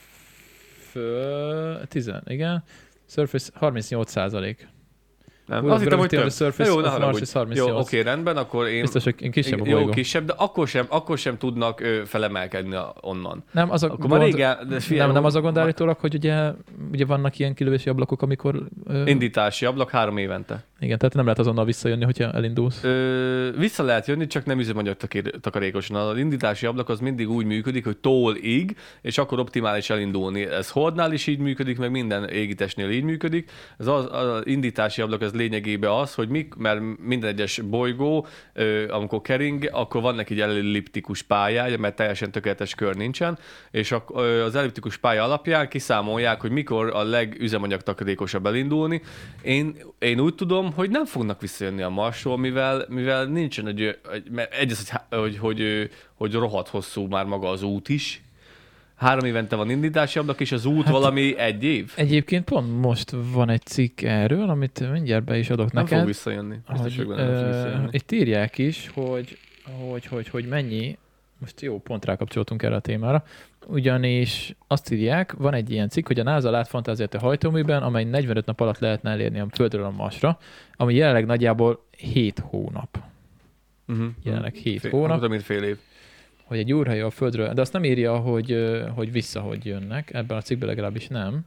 fő... tizen, igen. Surface harmincnyolc százalék. Nem? Well, Azt hittem, hogy gravity több. on the surface Jó, ne of Mars haragudj. is harmincnyolc. Jó, oké, rendben, akkor én... Biztos, hogy kisebb a Jó, bolygó. kisebb, de akkor sem, akkor sem tudnak ö, felemelkedni a, onnan. Nem, az a Akkor már gond, régen... De figyelj, nem, nem az a gond ma- állítólag, hogy ugye, ugye vannak ilyen kilövési ablakok, amikor... Ö, Indítási ablak három évente. igen, tehát nem lehet azonnal visszajönni, hogyha elindulsz. Ö, vissza lehet jönni, csak nem üzemanyag takér- takarékosan. Az indítási ablak az mindig úgy működik, hogy tól-ig, és akkor optimális elindulni. Ez Holdnál is így működik, meg minden égitestnél így működik. Az, az, az indítási ablak az lényegében az, hogy mik, mert minden egyes bolygó, ö, amikor kering, akkor van neki egy elliptikus pályája, mert teljesen tökéletes kör nincsen, és ak- ö, az elliptikus pálya alapján kiszámolják, hogy mikor a legüzemanyag takarékosabb elindulni. Én, én úgy tudom, hogy nem fognak visszajönni a Marsról, mivel, mivel nincsen egy, egy mert egy az, hogy, hogy, hogy, hogy rohadt hosszú már maga az út is. Három évente van indítási ablak, és az út hát, valami egy év. Egyébként pont most van egy cikk erről, amit mindjárt be is adok Nem neked. fog visszajönni. Biztos, hogy hogy, benne nem fog ö, visszajönni. itt írják is, hogy, hogy, hogy, hogy mennyi, most jó, pont rákapcsoltunk erre a témára, ugyanis azt írják, van egy ilyen cikk, hogy a NASA lát fantáziát a hajtóműben, amely negyvenöt nap alatt lehetne elérni a Földről a Marsra, ami jelenleg nagyjából hét hónap. Uh-huh. Jelenleg hét Fél, hónap. Tudom, mint fél év. Hogy egy űrhajó a Földről, de azt nem írja, hogy, ö, hogy vissza, hogy jönnek, ebben a cikkben legalábbis nem.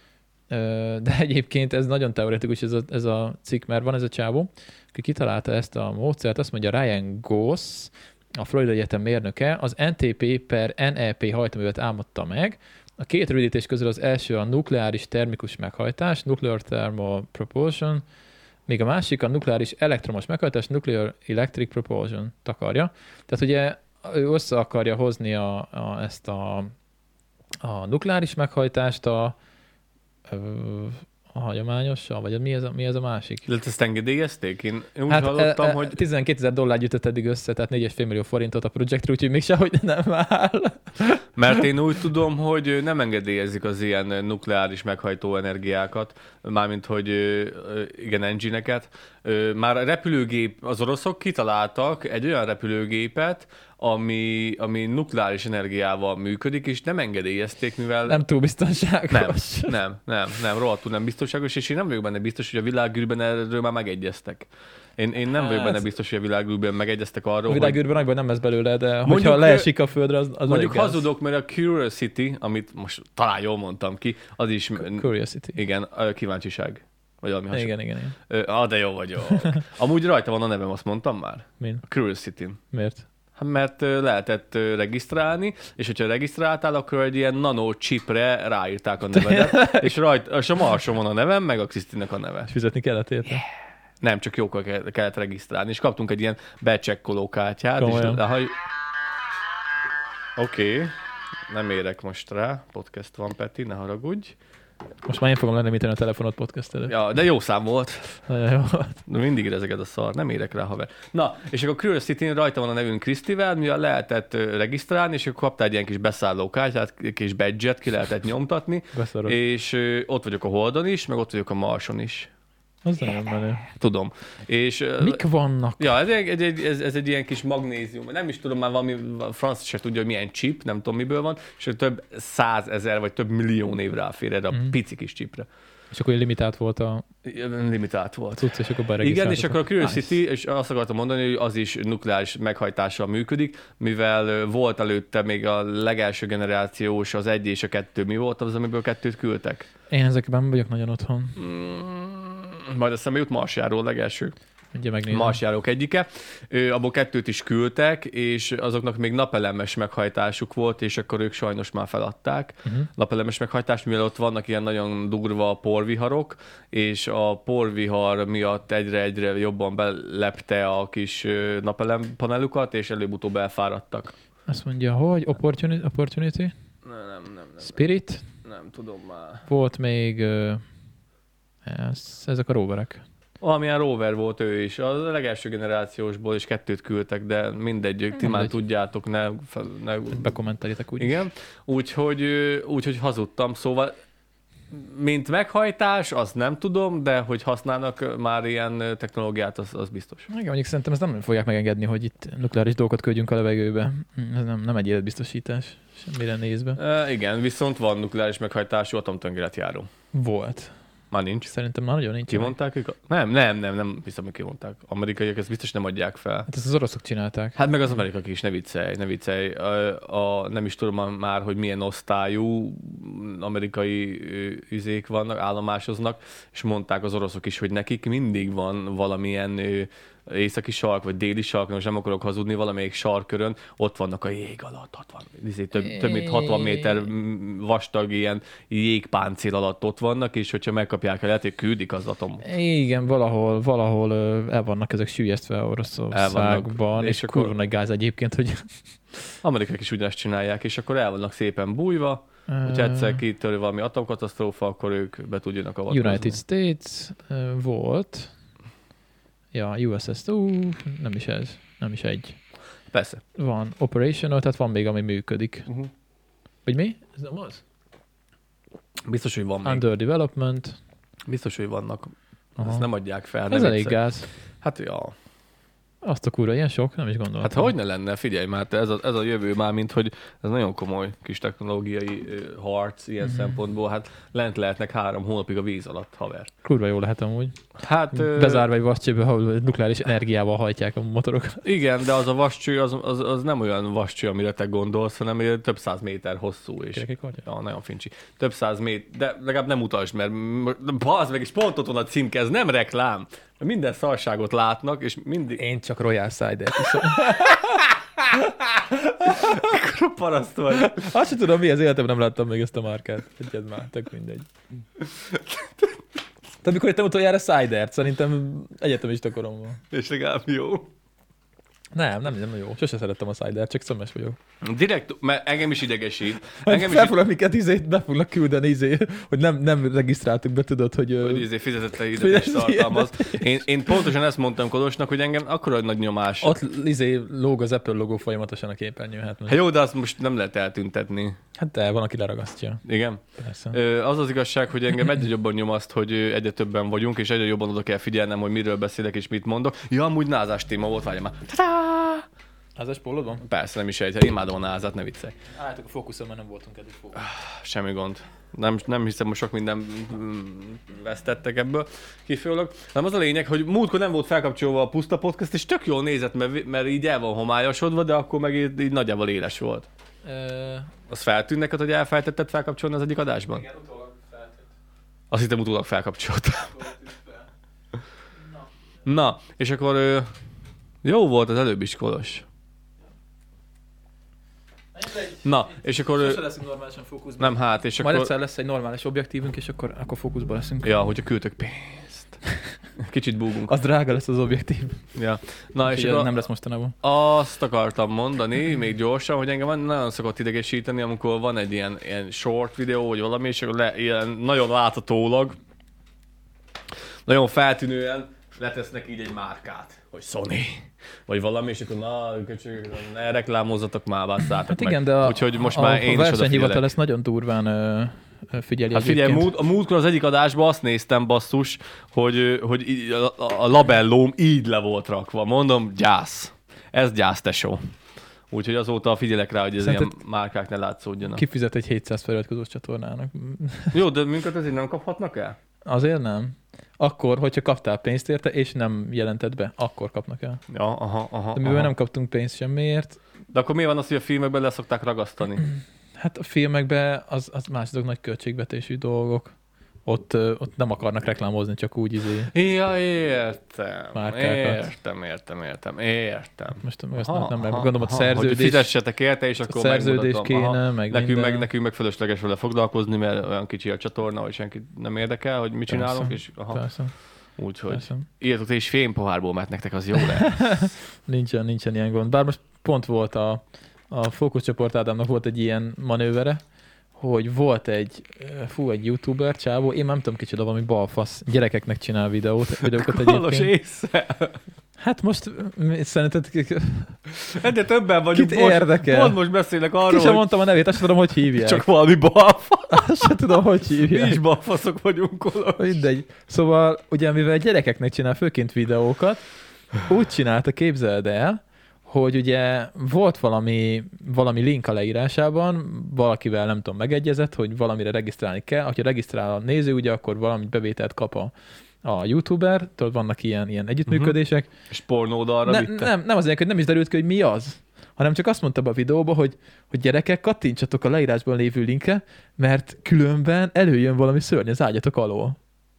Ö, De egyébként ez nagyon teoretikus ez a, ez a cikk, mert van ez a csávó, aki kitalálta ezt a módszert, azt mondja Ryan Goss, a Florida Egyetem mérnöke, az en té pé per en e pé hajtóművet álmodta meg. A két rövidítés közül az első a nukleáris termikus meghajtás, Nuclear Thermal Propulsion, míg a másik a nukleáris elektromos meghajtás, Nuclear Electric Propulsion takarja. Tehát ugye ő össze akarja hozni a, a, ezt a, a nukleáris meghajtást a, a hagyományossal, vagy mi ez a, mi ez a másik? De ezt engedélyezték? Én, én úgy Hát hallottam, e, e, hogy... tizenkétezer dollár gyűjtött eddig össze, tehát négy egész öt millió forintot a projektre, úgyhogy még sehogy nem áll. Mert én úgy tudom, hogy nem engedélyezik az ilyen nukleáris meghajtó energiákat, mármint, hogy igen, engine-eket. Már a repülőgép, az oroszok kitaláltak egy olyan repülőgépet, ami, ami nukleáris energiával működik, és nem engedélyezték, mivel... Nem túl biztonságos. Nem, nem, nem, nem, rohadtul nem biztonságos, és én nem vagyok benne biztos, hogy a világűrben erről már megegyeztek. Én, én nem vagyok benne biztos, hogy a világűrben megegyeztek arról, a világűrben nagyban nem lesz belőle, de mondjuk, hogyha leesik a földre, az, az mondjuk elég hazudok, mert a Curiosity, amit most talán jól mondtam ki, az is... Curiosity. Igen, a kíváncsiság. Vagy valami hasonló. Igen, igen, igen. Ah, de jó vagyok. Amúgy rajta van a nevem, azt mondtam már? Min? A Curiosity-n. Miért? Hát mert lehetett regisztrálni, és hogyha regisztráltál, akkor egy ilyen nano chipre ráírták a nevedet, és rajta, és a Marson van a nevem, meg a Krisztinek a neve. És fizetni kellett érte? Yeah. Nem, csak jókkal kellett regisztrálni, és kaptunk egy ilyen becsekkoló kártyát. Komolyan. És lehagy... Oké, okay. Nem érek most rá, podcast van, Peti, ne haragudj. Most már én fogom lenemíteni a telefonot podcastelő. Ja, de jó szám volt. Nagyon jó. De mindig rezeged a szar, nem érek rá, haver. Na, és akkor Curiosity-n rajta van a nevünk Krisztivel, mivel lehetett regisztrálni, és akkor kaptál egy ilyen kis beszállókártyát, kis badge-et ki lehetett nyomtatni. Beszarod. És ott vagyok a Holdon is, meg ott vagyok a Marson is. Az nagyon menő. Tudom. És, mik vannak? Ja, ez egy, egy, ez, ez egy ilyen kis magnézium. Nem is tudom, már valami, a franc se tudja, hogy milyen chip, nem tudom miből van, és több százezer vagy több millió név ráfér erre a mm. pici kis chipre. És akkor limitált volt a... Limitált volt. Cucc, és akkor igen, és akkor a Curiosity, nice. És azt akartam mondani, hogy az is nukleáris meghajtással működik, mivel volt előtte még a legelső generációs, az egy és a kettő. Mi volt az, amiből kettőt küldtek? Én ezekben vagyok nagyon otthon. Mm, majd eszembe jut Marsjáró a legelső. Marsjárók egyike. Ő, abból kettőt is küldtek, és azoknak még napelemes meghajtásuk volt, és akkor ők sajnos már feladták. Uh-huh. Napelemes meghajtás, mivel ott vannak ilyen nagyon durva porviharok, és a porvihar miatt egyre-egyre jobban belepte a kis napelempanelukat, és előbb-utóbb elfáradtak. Azt mondja, hogy Opportunity? opportunity? Nem, nem, nem, nem. Spirit? Nem tudom már. Volt még... Uh, ez, ezek a roverek. Valamilyen rover volt ő is. A legelső generációsból is kettőt küldtek, de mindegy, ti már tudjátok, ne... ne... Bekommenteljétek úgy. Igen. Úgyhogy, úgyhogy hazudtam. Szóval, mint meghajtás, azt nem tudom, de hogy használnak már ilyen technológiát, az, az biztos. Igen, mondjuk szerintem ezt nem fogják megengedni, hogy itt nukleáris dolgokat küldjünk a levegőbe. Ez nem, nem egy életbiztosítás, semmire nézve. E, igen, viszont van nukleáris meghajtású atomtengerátjáró. Volt. Már nincs. Szerintem már nagyon nincs. Kimondták ők? Nem, nem, nem, nem hiszem, hogy kimondták. Amerikaiak ezt biztos nem adják fel. Hát ezt az oroszok csinálták. Hát meg az amerikaiak is, ne viccelj, ne viccelj. A, a, nem is tudom már, hogy milyen osztályú amerikai üzék vannak, állomásoznak, és mondták az oroszok is, hogy nekik mindig van valamilyen északi sark, vagy déli sark, most nem akarok hazudni, valamelyik sarkörön, ott vannak a jég alatt, hatvan, több, több mint hatvan méter vastag ilyen jégpáncél alatt ott vannak, és hogyha megkapják el, lehet, hogy küldik az atom. Igen, valahol, valahol el vannak ezek süllyesztve Oroszországban, és, és kurva akkor... nagy gáz egyébként, hogy... Amerikák is ugyanezt csinálják, és akkor el vannak szépen bújva, uh... hogyha egyszer kitörő valami atomkatasztrófa, akkor ők be tudjanak avatkozni. United States uh, volt... Ja, U S S, ú, nem is ez, nem is egy. Persze. Van operational, tehát van még, ami működik. Uh-huh. Vagy mi? Ez nem az? Biztos, hogy van még. Under development. Biztos, hogy vannak. Aha. Ezt nem adják fel. Ez nem elég gáz. Hát ja. Azt a kurva, ilyen sok, nem is gondoltam. Hát hogy ne lenne, figyelj már, ez a, ez a jövő már, mint hogy ez nagyon komoly kis technológiai uh, harc ilyen mm-hmm. szempontból, hát lent lehetnek három hónapig a víz alatt, haver. Kurva jó lehet amúgy. Hát... Bezárva egy vascsőbe, ahol nukleáris energiával hajtják a motorokat. Igen, de az a vascső, az, az, az nem olyan vascső, amire te gondolsz, hanem több száz méter hosszú. És, ja, nagyon fincsi. Több száz méter, de legalább nem utasd, mert bazd meg, és pont ott van a címke, ez nem reklám. Minden szarságot látnak, és mindig... Én csak Royal Cider-t iszom. Akkor paraszt vagy. Azt sem tudom, mi az életemben nem láttam még ezt a márkát. Egyed már, tök mindegy. Tehát mikor jöttem utoljára Cider-t, szerintem egyetemista koromban. És legalább jó. Nem, nem, nem jó. Sose szerettem a Cider, csak szemes vagyok. Direkt, mert engem is idegesít. Engem is Fel fognak minket izét, be fognak küldeni izé, hogy nem, nem regisztráltuk be, tudod, hogy... Hogy izé fizetett le hirdetést tartalmaz. Én, én pontosan ezt mondtam Kodosnak, hogy engem akkora nagy nyomás. Ott izé lóg az Apple logó folyamatosan a képernyőn. Hát, Hát jó, de azt most nem lehet eltüntetni. hát de van, aki leragasztja. Igen? Persze. Ö, az az igazság, hogy engem egyre jobban nyom azt, hogy egyre többen vagyunk, és egyre jobban oda kell figyelnem, hogy miről beszélek és mit mondok. Ja, amúgy názás téma volt, várjál már. Názás pólód van? Persze, nem is egy, én imádom a názát, ne viccelj. Álltok a fókuszon, mert nem voltunk eddig fókusz. Semmi gond. Nem, nem hiszem, hogy sok minden mm, vesztettek ebből kifejezőleg. Nem az a lényeg, hogy múltkor nem volt felkapcsolva a Puszta Podcast, és tök jól nézett, mert, mert így el van homályosodva, de akkor meg így, így nagyjából éles volt. Uh, Az feltűnt neked, hogy elfelejtetted felkapcsolni az egyik adásban? igen, utólag feltett. Azt hittem utólag felkapcsoltam. Na. Na, és akkor ö, jó volt az előbb is, Kolos. Na, és akkor... Sose Ö, leszünk normálisan fókuszban. nem, hát, és Majd akkor... egyszer lesz egy normális objektívünk, és akkor, akkor fókuszban leszünk. Ja, hogyha küldtök pénzt. Kicsit búgunk. Az drága lesz az objektív. Ja. Na, és És akkor nem lesz mostanában. azt akartam mondani, még gyorsan, hogy engem nagyon szokott idegesíteni, amikor van egy ilyen, ilyen short videó, vagy valami, és akkor le, ilyen nagyon láthatólag, nagyon feltűnően letesznek így egy márkát, hogy Sony, vagy valami, és akkor na, köcsög, ne reklámozzatok már, basszátok Hát meg. igen, de a, Úgyhogy most a, már a én is versenyhivatal odafigyelek. ezt nagyon durván ö, ö, figyeli Hát figyelj, egyébként. múlt, a múltkor az egyik adásban azt néztem, basszus, hogy, hogy így a, a labellóm így le volt rakva. Mondom, gyász. Ez gyász, tesó. Úgyhogy azóta figyelek rá, hogy ez Szerinted ilyen márkák ne látszódjanak. Kifizet egy hétszáz feliratkozós csatornának. Jó, de minket ezért nem kaphatnak el? Azért nem. Akkor, hogyha kaptál pénzt érte, és nem jelentett be, akkor kapnak el. Ja, aha, aha. De mivel aha. nem kaptunk pénzt semmiért, De akkor miért van az, hogy a filmekben le szokták ragasztani? hát a filmekben az, az más azok nagy költségvetésű dolgok. Ott, ö, ott nem akarnak reklámozni, csak úgy izé. Ja, értem. Márkákat. Értem, értem, értem, értem. Most ezt Aha, nem, nem aha, gondolom, hogy aha, szerződés, Hogy fizessetek érte, és akkor szerződés megmutatom. kéne, Aha. meg Nekünk minden. meg, nekünk meg fölösleges vele foglalkozni, mert olyan kicsi a csatorna, hogy senki nem érdekel, hogy mit csinálunk, Persze, és aha. Persze, Úgyhogy persze. írjatok te is fémpohárból, mert nektek az jó lehet. Nincsen, nincsen ilyen gond. Bár most pont volt a, a fókuszcsoport Ádámnak volt egy ilyen manővere, hogy volt egy, fú, egy youtuber csávó, én már nem tudom kicsoda, valami balfasz, gyerekeknek csinál videót, videókat Kolos egyébként. észre. Hát most m- szerinted Egyre többen vagyunk. Kit most, érdekel? Pont most beszélek arról, ki sem hogy mondtam a nevét, azt sem tudom, hogy hívják. csak valami balfa. Azt sem tudom, hogy Mi hívják. is balfaszok vagyunk, Kolos. Mindegy. Szóval, ugye mivel gyerekeknek csinál főként videókat, úgy csinálta, képzeld el, hogy ugye volt valami, valami link a leírásában, valakivel nem tudom, megegyezett, hogy valamire regisztrálni kell. Ha regisztrál a néző, ugye akkor valamit bevételt kap a, a youtuber, tudod, vannak ilyen, ilyen együttműködések. Uh-huh. És pornód arra Ne, vitte? nem, nem az hogy nem is derült ki, hogy mi az, hanem csak azt mondta be a videóba, hogy, hogy gyerekek, kattintsatok a leírásban lévő linkre, mert különben előjön valami szörny az ágyatok alól.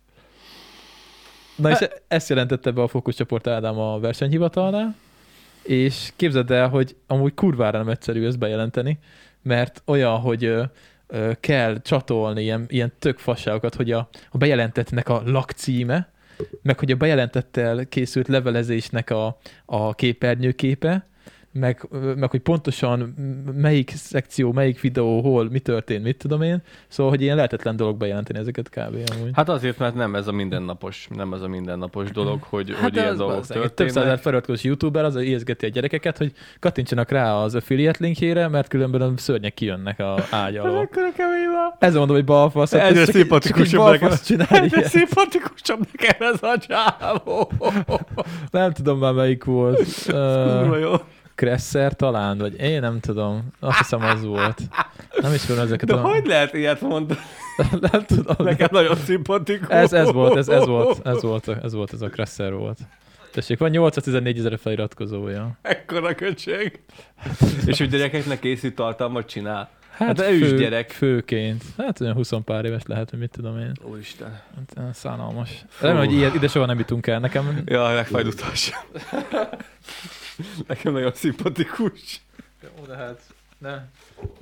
Na és ezt jelentette be a fókuszcsoport Ádám a versenyhivatalnál, és képzeld el, hogy amúgy kurvára nem egyszerű ezt bejelenteni, mert olyan, hogy ö, ö, kell csatolni ilyen, ilyen tök fasságokat, hogy a, a bejelentettnek a lakcíme, meg hogy a bejelentettel készült levelezésnek a, a képernyőképe, meg, meg hogy pontosan melyik szekció, melyik videó, hol, mi történt, mit tudom én. Szóval, hogy ilyen lehetetlen dolog bejelenteni ezeket kb. Amúgy. Hát azért, mert nem ez a mindennapos, nem ez a mindennapos dolog, hogy, Hát hogy de ilyen az dolgok bazzeg, egy több történnek. százezer feliratkozós youtuber az ijeszgeti a gyerekeket, hogy kattintsanak rá az affiliate linkjére, mert különben a szörnyek kijönnek a ágy alól. Ekkora kemény van. Ez mondom, hogy balfasz. hát Egyre ez csak egy- szimpatikusabb csak egy nekem. balfasz csinál Egyre ilyet. szimpatikusabb nekem ez a csávó. Nem tudom már melyik volt. Kurva Uh, jó. Kresser talán, vagy én nem tudom. Azt hiszem az volt. Nem is tudom ezeket De a... hogy lehet ilyet mondani? Nem tudom. Nekem nagyon szimpatikus. Ez, ez volt, ez, ez volt, ez volt, ez volt, ez a Kresser volt. Tessék, van nyolcszáztizennégy ezer feliratkozója. Ekkora köcsög. És hogy gyerekeknek készült tartalmat csinál. Hát, Hát ő is gyerek. Főként. Hát olyan húsz pár éves lehet, hogy mit tudom én. Úristen. Hát, eh, szánalmas. Remélem, hogy ilyen, ide soha nem jutunk el. Nekem Ja, megfájd utasra. Nekem nagyon szimpatikus. jó, de hát ne.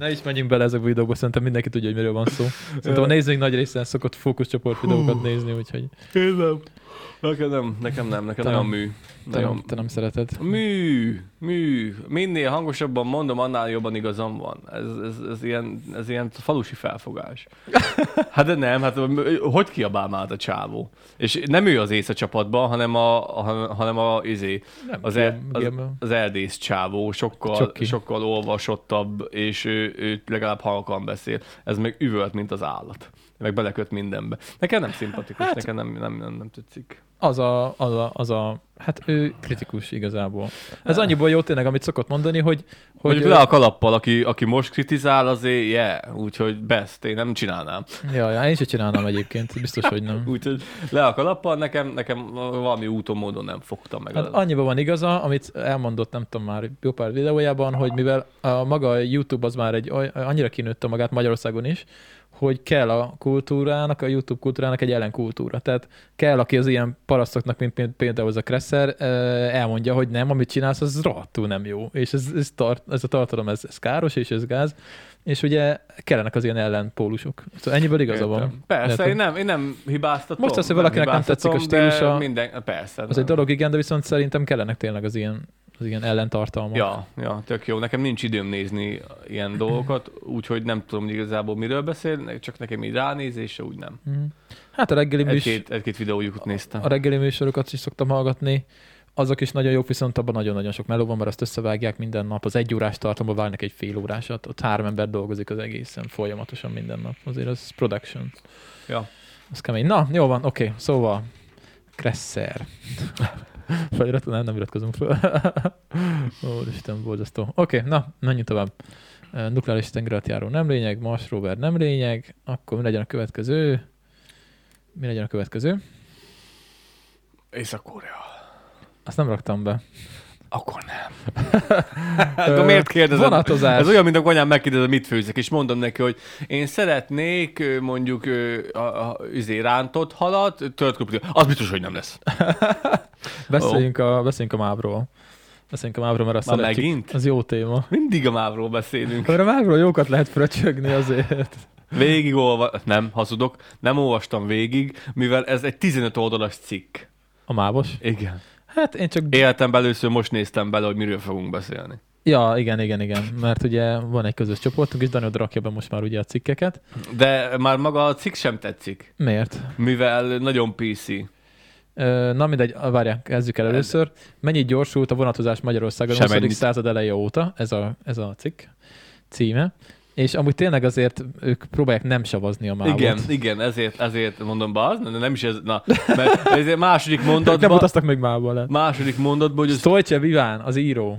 Ne is menjünk bele ezekbe a videókba, szerintem mindenki tudja, hogy miről van szó. Szerintem a nézőink nagy részen szokott fókuszcsoport videókat nézni, úgyhogy... Én nem. Nekem nem, nekem nem, nekem Te nagyon nem. mű. Te Nagyon... nem, te nem szereted. Mű, mű. Minél hangosabban mondom, annál jobban igazam van. Ez, ez, ez, ilyen, ez ilyen falusi felfogás. Hát de nem, hát hogy kiabál már a csávó? És nem ő az ész a csapatban, hanem a, hanem a izé, Nem, az, ki- er, az, ki- az erdész csávó, sokkal, Csoki. sokkal olvasottabb, és ő, ő legalább halkan beszél. Ez meg üvölt, mint az állat. Meg beleköt mindenbe. Nekem nem szimpatikus, hát, nekem nem, nem, nem, nem tetszik. Az a, az a, az a, hát ő kritikus igazából. Ez annyiból jó tényleg, amit szokott mondani, hogy... hogy Mondjuk le a kalappal, aki, aki most kritizál, azért yeah, úgyhogy best, én nem csinálnám. Ja, ja, én sem csinálnám egyébként, biztos, hogy nem. Úgyhogy le a kalappal, nekem, nekem valami úton, módon nem fogtam meg. Hát annyiban van igaza, amit elmondott, nem tudom már jó pár videójában, hogy mivel a maga a YouTube az már egy, annyira kinőtte magát Magyarországon is, hogy kell a kultúrának, a YouTube kultúrának egy ellenkultúra. Tehát kell, aki az ilyen parasztoknak, mint például az a Kresser, elmondja, hogy nem, amit csinálsz, az rohadtul nem jó. És ez, ez, tart, ez a tartalom, ez, ez káros, és ez gáz. És ugye kellenek az ilyen ellenpólusok. Szóval ennyiből igaza van. Persze, én nem, én nem hibáztatom. Most az, hogy valakinek nem, nem tetszik a stílusa, minden, persze. az nem. Egy dolog, igen, de viszont szerintem kellenek tényleg az ilyen, az ilyen ellentartalmak. Ja, ja, tök jó. Nekem nincs időm nézni ilyen dolgokat, úgyhogy nem tudom igazából miről beszél, csak nekem így ránézésre úgy nem. Hát a reggeli műs... Egy-két, egy-két videójukat néztem. A reggeli műsorokat is szoktam hallgatni. Azok is nagyon jók, viszont abban nagyon-nagyon sok meló van, mert azt összevágják minden nap. Az egy órás tartalomban vágnak egy fél órásat. Ott három ember dolgozik az egészen folyamatosan minden nap. Azért az production. Ja. Az kemény. Na, jó van, oké. Okay. Szóval Kresser. Felirat, nem, nem iratkozunk fel. Ó, Isten, borzasztó. Oké, okay, na, menjünk tovább. Nukleáris tengeralattjáró nem lényeg, Mars rover nem lényeg. Akkor mi legyen a következő? Mi legyen a következő? Észak-Korea. Azt nem raktam be. Akkor nem. Akkor miért kérdezed? Vonatozás. Ez olyan, mint a anyám megkérdezed, mit főzek, és mondom neki, hogy én szeretnék mondjuk a, a, üzé rántott halat, tört krumplit. Az biztos, hogy nem lesz. beszéljünk, a, beszéljünk a mávról. Beszéljünk a mávról, mert azt Már szeretjük. megint? Az jó téma. Mindig a mávról beszélünk. Mert a mávról jókat lehet fröcsögni azért. Végig olva... Nem, hazudok. Nem olvastam végig, mivel ez egy tizenöt oldalas cikk. A mávos? Igen. Hát én csak... Életemben először most néztem bele, hogy miről fogunk beszélni. Ja, igen, igen, igen. Mert ugye van egy közös csoportunk, és Dani oda rakja be most már ugye a cikkeket. De már maga a cikk sem tetszik. Miért? Mivel nagyon pé cé. Na mindegy, várjál, kezdjük el először. Mennyit gyorsult a vonatozás Magyarországon a huszadik század eleje óta? Ez a, ez a cikk címe. És amúgy tényleg azért ők próbálják nem savazni a mávot. Igen, igen, ezért, ezért mondom be az, de nem is ez, na, mert ezért második mondatban... Nem utaztak még mávból le. Második mondatban, hogy... Stoichev Iván, az író.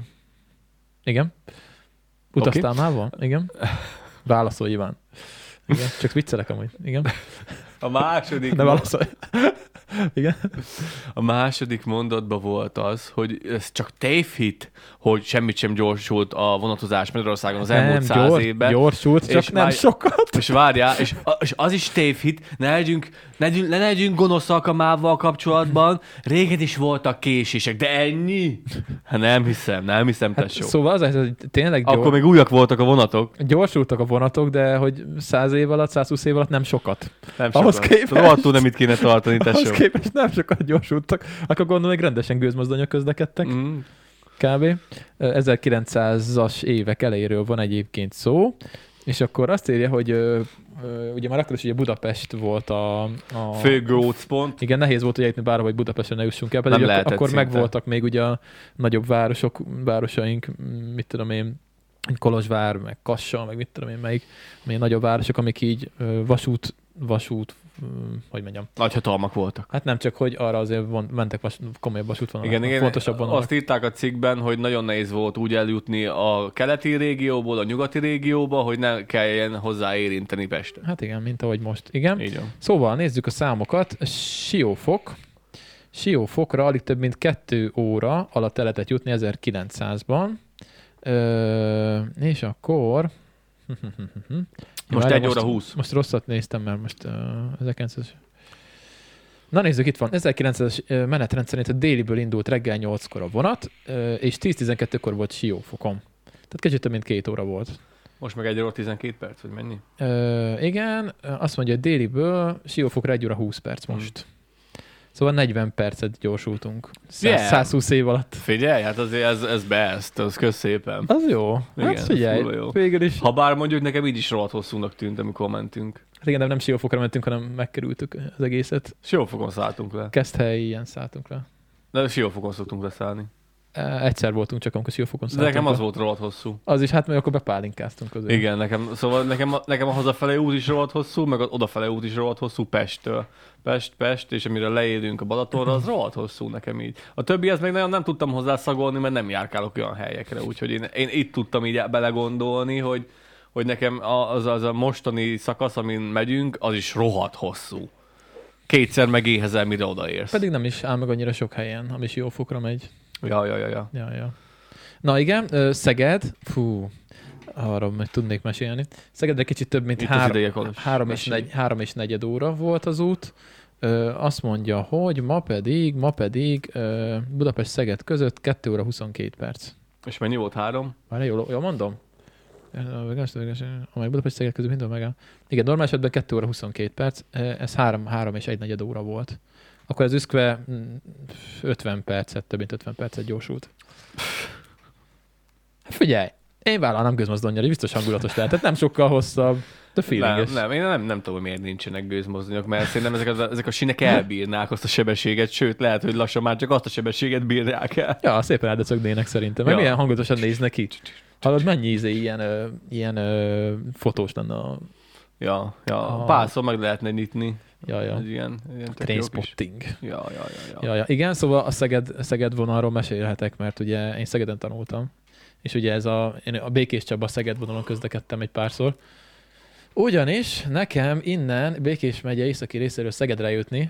Igen? Utaztál okay. mávból? Igen. Válaszolj, Iván. Igen, csak viccelek amúgy. Igen. A második... De válaszolj. Igen. A második mondatban volt az, hogy ez csak tévhit, hogy semmit sem gyorsult a vonatozás Magyarországon az elmúlt nem, száz gyors, évben. Gyorsult, csak nem várj, sokat. És várjál, és, és az is tévhit, ne legyünk, ne legyünk, ne legyünk gonoszak a mávval kapcsolatban, régen is voltak késések, de ennyi? Hát nem hiszem, nem hiszem, hát, tesó. szóval az, hogy tényleg gyors, akkor még újak voltak a vonatok. Gyorsultak a vonatok, de hogy száz év alatt, százhúsz év alatt nem sokat. Nem ahhoz sokat. Képest, rohadtul nem itt kéne tartani, tesó. Ahhoz képest nem sokat gyorsultak. Akkor gondolom, hogy rendesen gőzmozdonyok közlekedtek. Mm. Kb. ezerkilencszázas évek elejéről van egyébként szó, és akkor azt írja, hogy ö, ö, ugye már akkor is ugye Budapest volt a... a fő gócpont. Igen, nehéz volt ugye jutni bárhova, hogy Budapestre ne jussunk el, pedig akkor, akkor megvoltak még ugye a nagyobb városok, városaink, mit tudom én, Kolozsvár, meg Kassa, meg mit tudom én, melyik, még nagyobb városok, amik így ö, vasút, vasút, hogy mondjam. Nagy hatalmak voltak. Hát nem csak, hogy arra azért von, mentek vas, komolyabb vasútvonalak. Igen, igen, fontosabb vonalak. Azt írták a cikkben, hogy nagyon nehéz volt úgy eljutni a keleti régióból a nyugati régióba, hogy ne kelljen hozzá érinteni Pestet. Hát igen, mint ahogy most. Igen. Így van. Szóval nézzük a számokat. Siófok. Siófokra alig több mint kettő óra alatt el lehetett jutni ezerkilencszázban. Ö, és akkor... Most Várj, egy óra most, húsz. Most rosszat néztem, mert most uh, ezerkilencszázas... Na nézzük, itt van. ezerkilencszázas menetrend szerint a déliből indult reggel nyolckor a vonat, uh, és tíz tizenkettőkor volt Siófokon. Tehát kicsit több mint két óra volt. Most meg egy óra tizenkét perc, vagy mennyi? Ö, igen, azt mondja, hogy déliből Siófokra egy óra húsz perc most. Hmm. Szóval negyven percet gyorsultunk. Yeah. száz húsz év alatt. Figyelj, hát azért ez, ez best, az kösz szépen. Az jó. Igen, Hát figyelj, jó. végül is. Habár mondjuk nekem így is rohadt hosszúnak tűnt, amikor mentünk. Hát igen, de nem Siófokra mentünk, hanem megkerültük az egészet. Siófokon szálltunk le. Keszthelyi ilyen szálltunk le. De Siófokon szoktunk leszállni. Egyszer voltunk csak, amikor Siófokon De szálltunk. nekem az le. volt rohadt hosszú. Az is, hát meg akkor bepálinkáztunk közül. Igen, nekem, szóval nekem, nekem a hazafelé út is rohadt hosszú, meg az odafelé út is rohadt hosszú Pesttől. Pest, Pest, és amire leérünk a Balatonra, az rohadt hosszú nekem így. A többihez meg nagyon nem tudtam hozzá szagolni, mert nem járkálok olyan helyekre, úgyhogy én, én itt tudtam így belegondolni, hogy, hogy nekem az, az a mostani szakasz, amin megyünk, az is rohadt hosszú. Kétszer megéhezel, mire odaérsz. Pedig nem is áll meg annyira sok helyen, ami Siófokra megy. Ja, ja, ja, ja. Ja, ja. Na igen, Szeged, fú, arra meg tudnék mesélni. Szegedre kicsit több, mint három, három, és negy, három és negyed óra volt az út. Ö, azt mondja, hogy ma pedig, ma pedig ö, Budapest-Szeged között kettő óra huszonkét perc. És mennyi volt három? Várj, jól, jól mondom? Amely Budapest-Szeged között minden megáll. Igen, normál esetben kettő óra huszonkét perc, ez három, három és egy negyed óra volt. Akkor ez üszkve ötven percet, több mint ötven percet gyorsult. Hát figyelj, én vállalnám gőzmozdonnyal, biztos hangulatos lehetett, nem sokkal hosszabb, de feelinges. Nem, nem, én nem, nem tudom, hogy miért nincsenek gőzmozdonyok, mert szerintem ezek a, ezek a sinek elbírnák azt a sebességet, sőt, lehet, hogy lassan már csak azt a sebességet bírják el. Ja, szépen eldöcögnének szerintem, meg Ja. milyen hangulatosan néznek ki. Hallod, mennyi íze ilyen, ö, ilyen ö, fotós lenne a... Ja, ja, Ah. párszor meg lehetne nyitni. Ja, ja. Ez ilyen, ilyen tök jó kis- Trainspotting. Ja, ja, ja, ja. Ja, ja. Igen, szóval a Szeged, Szeged vonalról mesélhetek, mert ugye én Szegeden tanultam, és ugye ez a, én a Békés Csaba Szeged vonalon közlekedtem egy párszor. Ugyanis nekem innen Békés megye északi részéről Szegedre jutni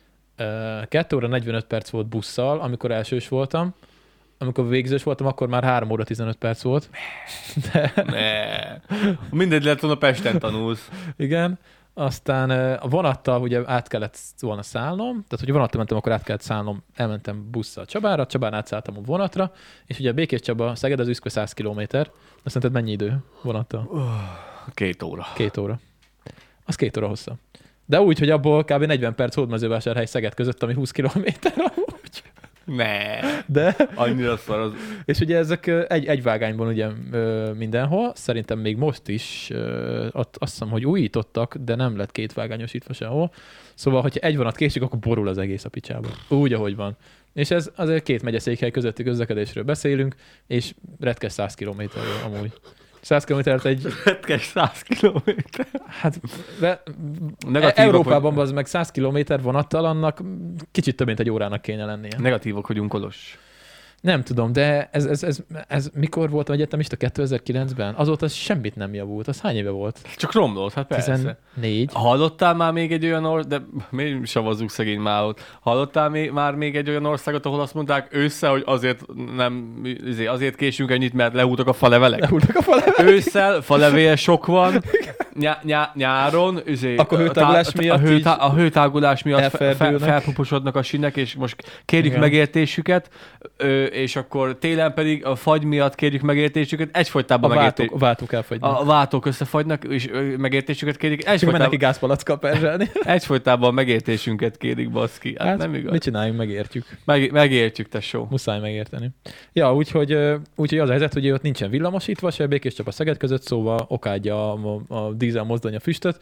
kettő óra negyvenöt perc volt busszal, amikor elsős voltam. Amikor végzős voltam, akkor már három óra tizenöt perc volt. De... Ne. Mindegy, lehet volna Pesten tanulsz. Igen. Aztán a vonattal ugye át kellett volna szállnom, tehát hogy vonattal mentem, akkor át kellett szállnom, elmentem busszal Csabára, Csabán átszálltam a vonatra, és ugye Békés Csaba, Szeged az üszkve száz kilométer. Azt szerinted mennyi idő vonattal? Két óra. Két óra. Az két óra hossza. De úgy, hogy abból kb. negyven perc Hódmezővásárhely Szeged között, ami húsz kilométer amúgy. Ne. De... Annyira szar az. És ugye ezek ö, egy, egy vágányban ugye ö, mindenhol, szerintem még most is ö, azt hiszem, hogy újítottak, de nem lett két vágányosítva sehol. Szóval, hogyha egy vonat késik, akkor borul az egész a picsába. Úgy, ahogy van. És ez azért két megyeszékhely közötti közlekedésről beszélünk, és retkes száz kilométerről amúgy. száz kilométert egy... Retkes száz kilométer. Hát de, Negatívak, Európában hogy... az meg száz kilométer vonattal, annak kicsit több mint egy órának kéne lennie. Negatívak, hogy unkolos. Nem tudom, de ez, ez, ez, ez mikor voltam egyetemista? kétezer-kilencben? Azóta semmit nem javult. Az hány éve volt? Csak romlott, hát persze. tizennégy. Hallottál már még egy olyan ország, de miért savazzuk szegény Máót? Hallottál még, már még egy olyan országot, ahol azt mondták ősszel, hogy azért nem, azért késünk ennyit, mert lehúltak a falevelek? Lehúltak a falevelek? Ősszel falevél sok van, nyá, nyá, nyáron, üzé, Akkor hőtágulás tá, miatt a, hőtá, a hőtágulás miatt fe, fe, elferdülnek. felpuposodnak a sinek, és most kérjük Igen. megértésüket, ö, és akkor télen pedig a fagy miatt kérjük megértésüket, A egyfolytában megértésüket. váltók, a váltók elfogynak. A váltók összefagynak, és ö, megértésüket kérik. Csak mert Egyfolytában, neki gázpalackkal perzselni. egyfolytában megértésünket kérik, baszki. Hát, Hát, nem igaz. mit csináljunk, megértjük. Meg, megértjük, tesó. Muszáj megérteni. Ja, úgyhogy, ö, úgyhogy az a helyzet, hogy ott nincsen villamosítva, se Békés Csaba Szeged között, szóval okádja a, a, a dízel mozdony a füstöt.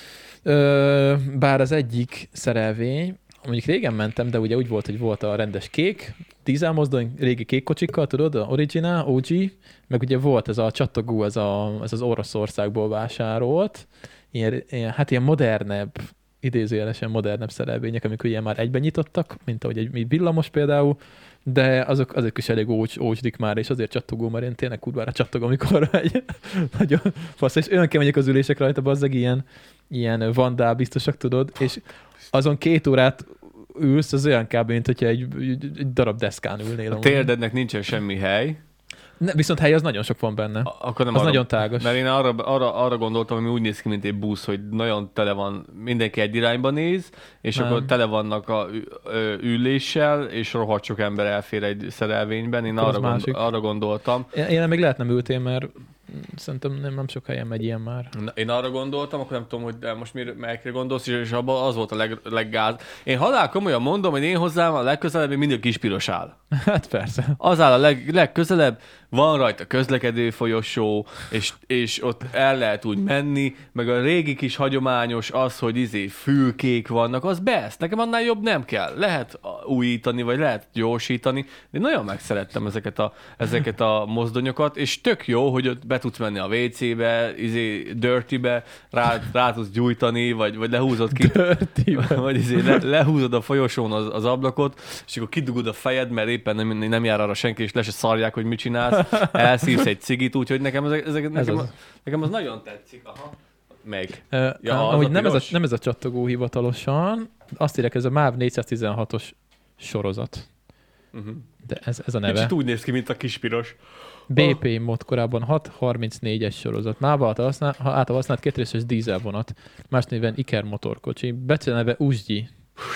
Ö, bár az egyik szerelvény, mondjuk régen mentem, de ugye úgy volt, hogy volt a rendes kék dízel mozdony, régi kék kocsikkal, tudod, a Original, o gé, meg ugye volt ez a csattogó, ez, a, ez az Oroszországból vásárolt, ilyen, ilyen, hát ilyen modernebb, idézőjelesen modernebb szerelvények, amik ugye már egyben nyitottak, mint ahogy egy villamos például, de azok, azok is elég ócs, ócsdik már, és azért csattogó, mert én tényleg kurvára csattog, amikor megy. Nagyon fasz, és olyan kemények az ülések rajta, bazzeg, ilyen, ilyen vandál biztosak, tudod, és azon két órát ülsz, az olyan kb. Mint hogyha egy, egy darab deszkán ülnél. A térdednek nincsen semmi hely. Ne, viszont hely az nagyon sok van benne. A- Akkor nem Az arra, nagyon tágos. Mert én arra, arra, arra gondoltam, ami úgy néz ki, mint egy busz, hogy nagyon tele van, mindenki egy irányba néz, és Nem. akkor tele vannak a ü- ö, üléssel, és rohadt sok ember elfér egy szerelvényben. Én Akkor az arra, gond, másik. arra gondoltam. Én, én még lehet nem ültél, mert szerintem nem, nem sok helyen megy ilyen már. Na, én arra gondoltam, akkor nem tudom, hogy de most mir- melyikre gondolsz, és abban az volt a leg, leggáz. Én halál komolyan mondom, hogy én hozzám a legközelebb még mindig kispiros áll. Hát persze. Az áll a leg, legközelebb, van rajta közlekedő folyosó, és, és ott el lehet úgy menni, meg a régi kis hagyományos az, hogy izé fülkék vannak, az besz. Nekem annál jobb nem kell. Lehet újítani, vagy lehet gyorsítani, de nagyon megszerettem ezeket a, ezeket a mozdonyokat, és tök jó, hogy ott be tudsz menni a vé cébe, izé dirtybe, rá, rá tudsz gyújtani, vagy, vagy lehúzod ki. Dirtybe. Vagy izé le, lehúzod a folyosón az, az ablakot, és akkor kidugod a fejed, mert éppen nem, nem jár arra senki, és le se szarják, hogy mit csinálsz. Elszívsz egy cigit, úgyhogy nekem, ezek, ezek, nekem, az. nekem az nagyon tetszik. Aha. Meg. Uh, Ja, ahogy a nem, ez a, piros? nem ez a csattogó hivatalosan, azt írják, ez a MÁV négyszáztizenhatos sorozat. Uh-huh. De ez, ez a neve. Kicsit úgy néz ki, mint a kispiros. bé pé mod korábban hat harmincnégyes sorozat. MÁV által használt, által használt kétrészes dízelvonat. Más néven Iker motorkocsi. Beceneve Uzsgyi.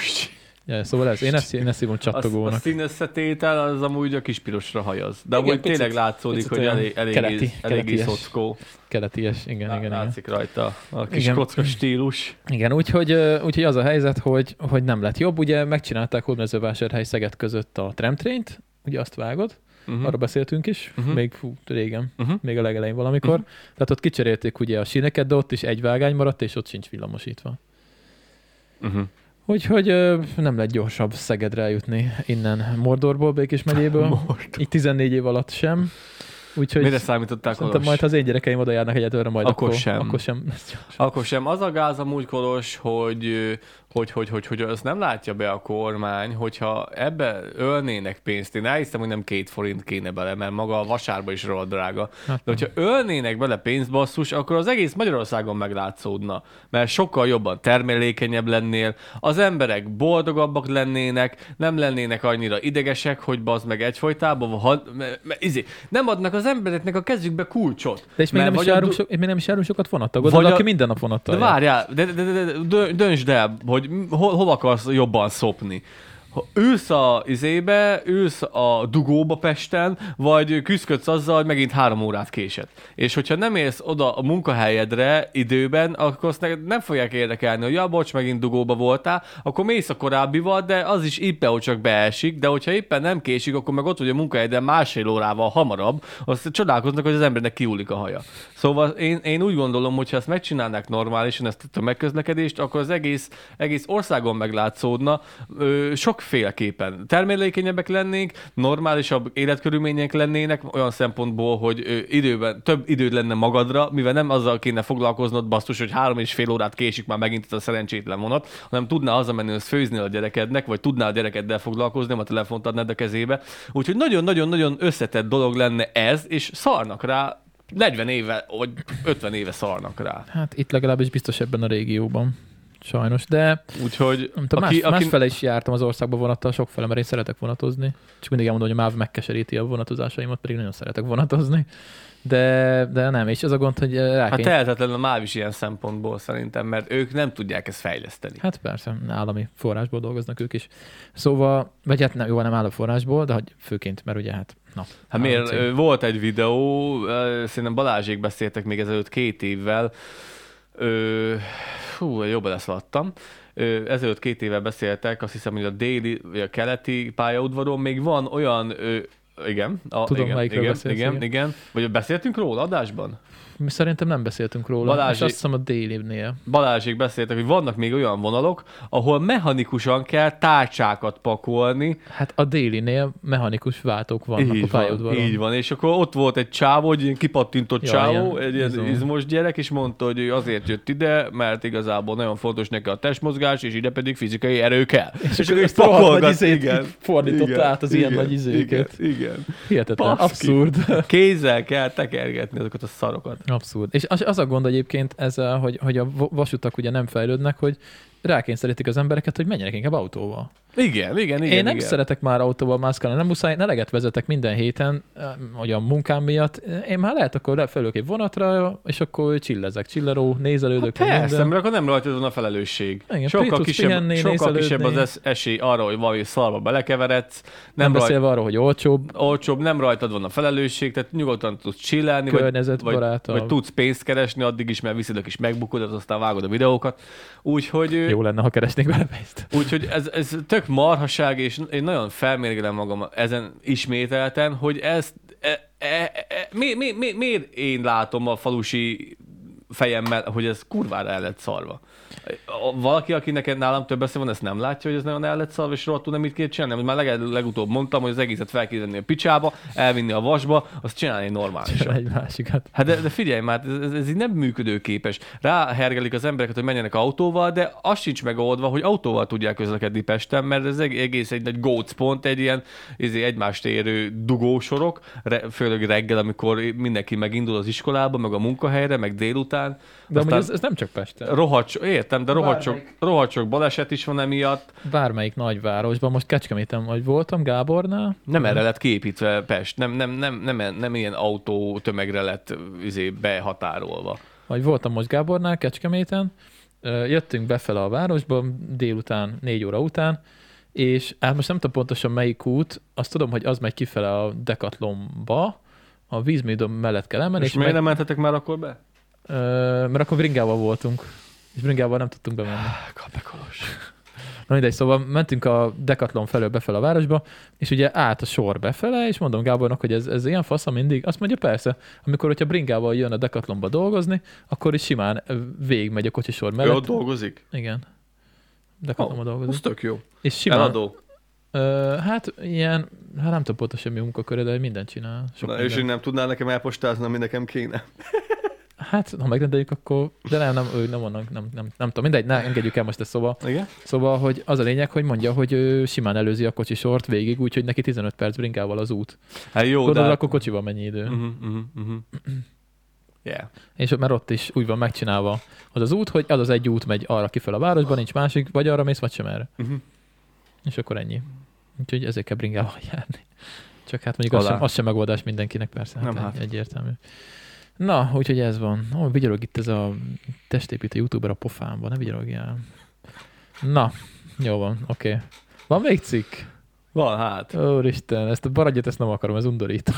Ja, szóval ez, én ezt, én ezt hívom A, csattogónak. a színeszetétel az amúgy a kispirosra hajaz. De Igen, amúgy picit- tényleg látszódik, picit hogy olyan elég, elég, keleti- eléggé keleties. szockó. Keleties, igen, Lá- igen, igen. Látszik rajta a kis Igen. kocka stílus. Igen, úgyhogy, ö, úgyhogy az a helyzet, hogy, hogy nem lett jobb. Ugye megcsinálták Hódmezővásárhely Szeged között a tramtraint, ugye azt vágod, Uh-huh. arra beszéltünk is, Mhm. még hú, régen, Uh-huh. még a legelején valamikor. Mhm. Tehát ott kicserélték ugye a síneket, de ott is egy vágány maradt, és ott sincs villamosítva. Uh-huh. Úgyhogy ö, nem lett gyorsabb Szegedre eljutni innen Mordorból, Békés megyéből. Így tizennégy év alatt sem. Úgyhogy Mire számították, szerintem Kolos? majd, ha az én gyerekeim oda járnak egyetlenre, majd Akkor akkor, sem. akkor sem lesz gyors. Akkor sem. Az a gáz amúgy, Kolos, hogy, hogy, hogy, hogy, hogy azt nem látja be a kormány, hogyha ebbe ölnének pénzt, én elhiszem, hogy nem két forint kéne bele, mert maga a vasárba is rohadt drága. Hát, De hogyha ölnének bele pénzt, basszus, akkor az egész Magyarországon meglátszódna. Mert sokkal jobban termelékenyebb lennél, az emberek boldogabbak lennének, nem lennének annyira idegesek, hogy bazd meg egyfolytában, ha, mert, mert, izé, nem adnak az embereknek a kezükbe kulcsot. de és még Mert nem, is vagy a járunk du- so, még nem is járunk sokat vonattal. Gondolod, Vagy a- aki minden nap vonattal De jár. várjál, de, de, de, de, de döntsd el, hogy ho, hova akarsz jobban szopni. Ha ülsz a izébe, ülsz a dugóba Pesten, vagy küzdködsz azzal, hogy megint három órát késed. És hogyha nem érsz oda a munkahelyedre időben, akkor azt neked nem fogják érdekelni, hogy ja, bocs, megint dugóba voltál, akkor mész a korábbival, de az is éppen, hogy csak beesik, de hogyha éppen nem késik, akkor meg ott vagy a munkahelyeden másfél órával hamarabb, azt csodálkoznak, hogy az embernek kiúlik a haja. Szóval én, én úgy gondolom, hogy ha ezt megcsinálnák normálisan, ezt a megközlekedést, akkor az egész, egész országon meglátszódna, ö, sokféleképpen. Termelékenyebbek lennénk, normálisabb életkörülmények lennének, olyan szempontból, hogy ö, időben több időd lenne magadra, mivel nem azzal kéne foglalkoznod, basszus, hogy három és fél órát késik már megint ez a szerencsétlen vonat, hanem tudnál hazamenni, hogy főzni a gyerekednek, vagy tudnál a gyerekeddel foglalkozni, nem a telefont adnád a kezébe. Úgyhogy nagyon-nagyon-nagyon összetett dolog lenne ez, és szarnak rá, negyven éve, vagy ötven éve szarnak rá. Hát itt legalábbis biztos ebben a régióban. Sajnos, de Úgyhogy nem tudom, aki, más, aki... másfele is jártam az országba vonattal, sokfele, mert én szeretek vonatozni. Csak mindig elmondom, hogy a MÁV megkeseríti a vonatozásaimat, pedig nagyon szeretek vonatozni. De, de nem, és az a gond, hogy rá Hát kény... tehetetlen a MÁV is ilyen szempontból szerintem, mert ők nem tudják ezt fejleszteni. Hát persze, állami forrásból dolgoznak ők is. Szóval, vagy hát nem, jó, nem állami forrásból, de hogy főként, mert ugye hát, na. Hát miért? állami cég. Ö, Volt egy videó, ö, szerintem Balázsék beszéltek még ezelőtt két évvel, Ö, hú, jobban leszlattam. Ö, ezelőtt két évvel beszéltek, azt hiszem, hogy a déli, vagy a keleti pályaudvaron még van olyan, ö, igen, a, Tudom, igen, melyikről igen, beszélsz, igen, igen. igen, vagy beszéltünk róla adásban? Mi szerintem nem beszéltünk róla, Balázsék- és azt hiszem a délinél. Balázsék beszéltek, hogy vannak még olyan vonalok, ahol mechanikusan kell tárcsákat pakolni. Hát a délinél mechanikus váltók vannak a Így van, pályaudvaron. így van, és akkor ott volt egy csávó, egy ilyen kipattintott Ja, csávó, ilyen egy ilyen izom. izmos gyerek, és mondta, hogy ő azért jött ide, mert igazából nagyon fontos neki a testmozgás, és ide pedig fizikai erő kell. És, És akkor ő ezt a rohadt nagy pakolgat, izét igen. fordította Igen, át az ilyen igen, nagy izéket. Igen, igen. Hihetetlen, Baszki. abszurd. Kézzel kell tekergetni azokat a szarokat. Abszurd. És az, az a gond egyébként ezzel, hogy, hogy a va- vasutak ugye nem fejlődnek, hogy rákényszerítik az embereket, hogy menjenek inkább autóval. Igen, igen, igen. Én nem igen. szeretek már autóval mászkálni, nem muszáj, ne eleget vezetek minden héten, hogy a munkám miatt. Én már lehet, akkor lefelülök egy vonatra, és akkor csillezek, csilleró, nézelődök. Hát persze, mert akkor nem rajtad van a felelősség. Igen, sokkal tudsz kisebb, pihenni, sokkal kisebb az nézelődni. es- esély arra, hogy valami szarba belekeveredsz. Nem, Nem rajt, beszélve arról, hogy olcsóbb, olcsóbb, nem rajtad van a felelősség, tehát nyugodtan tudsz chillelni, vagy, vagy, környezetbarátabb. vagy tudsz pénzt keresni addig is, mert viszed a kis megbukódat, aztán vágod a videókat. Úgyhogy... Jó lenne, ha keresnék vele pénzt. Úgyhogy ez, ez tök marhaság, és én nagyon felmérgelem magam ezen ismételten, hogy ezt e, e, e, mi, mi, mi, miért én látom a falusi fejemmel, hogy ez kurvára el lett szarva. Valaki, aki neked nálam több esze van, ezt nem látja, hogy ez nagyon el lett szarva, és rohadtul nem mit kéne csinálni. Már leg, legutóbb mondtam, hogy az egészet fel kéne tenni a picsába, elvinni a vasba, azt csinálni normálisan. Egy másikat. Hát de, de figyelj már, ez, ez, ez így nem működőképes. Ráhergelik az embereket, hogy menjenek autóval, de az sincs megoldva, hogy autóval tudják közlekedni Pesten, mert ez egész egy nagy gócpont, egy ilyen izé, egymást érő dugósorok, re, főleg reggel, amikor mindenki megindul az iskolába, meg a munkahelyre, meg délután. De amúgy ez, ez nem csak Pesten. Rohadt, so- értem, de rohadt sok, Bármelyik. rohadt sok baleset is van emiatt. Bármelyik nagyvárosban, most Kecskeméten vagy voltam, Gábornál. Nem erre lett kiépítve Pest, nem, nem, nem, nem, nem ilyen autó tömegre lett izé, behatárolva. Vagy voltam most Gábornál, Kecskeméten, Ö, jöttünk befele a városba délután, négy óra után, és hát most nem tudom pontosan melyik út, azt tudom, hogy az megy kifele a Decathlonba, a vízműdöm mellett kell elmenni. És, és miért nem mentetek már akkor be? Ö, mert akkor bringával voltunk, és bringával nem tudtunk bemenni. Kapekolos. Na mindegy, szóval mentünk a Decathlon felől befele a városba, és ugye át a sor befele, és mondom Gábornak, hogy ez, ez ilyen fasza mindig. Azt mondja, persze, amikor, hogyha bringával jön a Decathlonba dolgozni, akkor is simán végigmegy a kocsisor Ő mellett. ott dolgozik? Igen. Decathlonba Oh, dolgozik. az tök jó. És simán, Eladó. ö, hát ilyen, hát nem tudom pontosan mi munkaköre, de mindent csinál. Sok Na, és mindent. én nem tudnál nekem elpostázni, ami nekem kéne. Hát, ha megrendeljük, akkor... De nem, nem, ő nem onnan, nem, nem, nem tudom, mindegy, ne engedjük el most ezt szóval. Igen? Szóval, hogy az a lényeg, hogy mondja, hogy ő simán előzi a kocsisort végig, úgyhogy neki tizenöt perc bringával az út. Hát jó, Gondolod, de... akkor kocsival mennyi idő. Uh-huh, uh-huh, uh-huh. Yeah. És mert ott is úgy van megcsinálva az az út, hogy az az egy út megy arra kifel a városban, nincs másik, vagy arra mész, vagy sem erre. Uh-huh. És akkor ennyi. Úgyhogy ezért kell bringával járni. Csak hát mondjuk az sem, az sem megoldás mindenkinek, persze. Hát Nem egy, hát. egyértelmű. Na, úgyhogy ez van. Ó, vigyorog itt ez a testépítő youtuber a pofámban, ne vigyorogjál. Na, jó van, oké. Okay. Van még cikk? Van hát. Úristen, ezt a baragyat ezt nem akarom, ez undorító.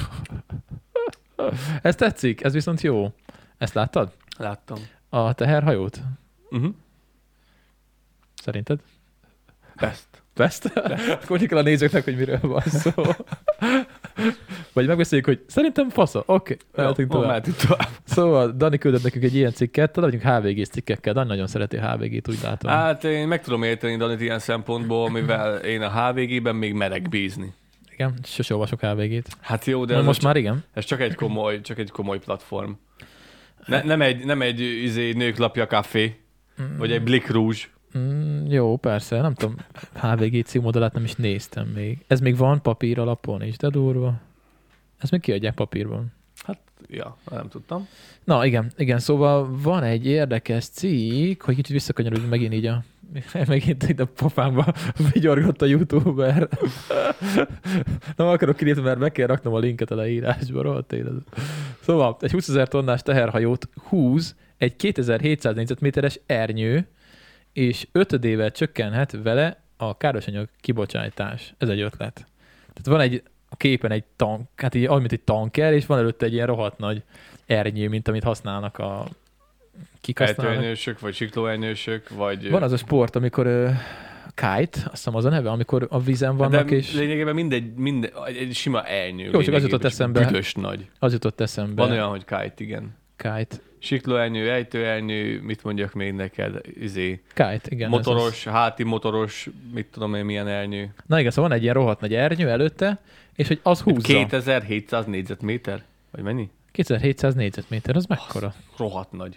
Ez tetszik, ez viszont jó. Ezt láttad? Láttam. A teherhajót? Uh-huh. Szerinted? Best. Best? Akkor mondjuk el a nézőknek, hogy miről van szó. Vagy megbeszéljük, hogy szerintem fasza. Oké, okay, mehetünk tovább. Mehetünk tovább. Szóval Dani küldött nekünk egy ilyen cikket, talán vagyunk há vé gés cikkekkel. Dani nagyon szereti a há vé gét, úgy látom. Hát én meg tudom érteni Danit ilyen szempontból, mivel én a há vé gében még merek bízni. Igen, sose olvasok há vé gét. Hát jó, de De ez most csak, már igen. ez csak egy komoly, csak egy komoly platform. Ne, nem egy, nem egy izé, nőklapja café, Mm. vagy egy Blick Rouge. Mm, jó, persze, nem tudom, há vé gé címoldalát nem is néztem még. Ez még van papír alapon is, de durva. Ezt még kiadják papírban. Hát, ja, nem tudtam. Na igen, igen, szóval van egy érdekes cikk, hogy kicsit visszakanyarodjunk megint így a megint itt a pofámba vigyorgott a youtuber. Nem akarok kilépni, mert meg kell raknom a linket a leírásba, rohadt élet. Szóval egy húszezer tonnás teherhajót húz egy kétezer-hétszáz négyzetméteres ernyő, és ötödével csökkenhet vele a károsanyag kibocsátás. Ez egy ötlet. Tehát van egy a képen egy tank, hát így, mint egy tanker, és van előtte egy ilyen rohadt nagy ernyő, mint amit használnak a kik használnak. Ejtőernyősök, vagy siklóernyősök, vagy... Van az a sport, amikor uh, kite, azt hiszem az a neve, amikor a vízen vannak, de és lényegében mindegy, mindegy, egy sima elnyő. Jó, csak az jutott csak eszembe. Büdös nagy. az jutott eszembe. Van olyan, hogy kite, igen. Kite. Siklóernyő, ejtőernyő, mit mondjak még neked, izé, Kite, igen. motoros, háti motoros, mit tudom én, milyen elnyő. Na igen, szóval van egy ilyen rohadt nagy ernyő előtte, és hogy az húzza. kétezer-hétszáz négyzetméter? Vagy mennyi? kétezer-hétszáz négyzetméter, az mekkora? Az rohadt nagy.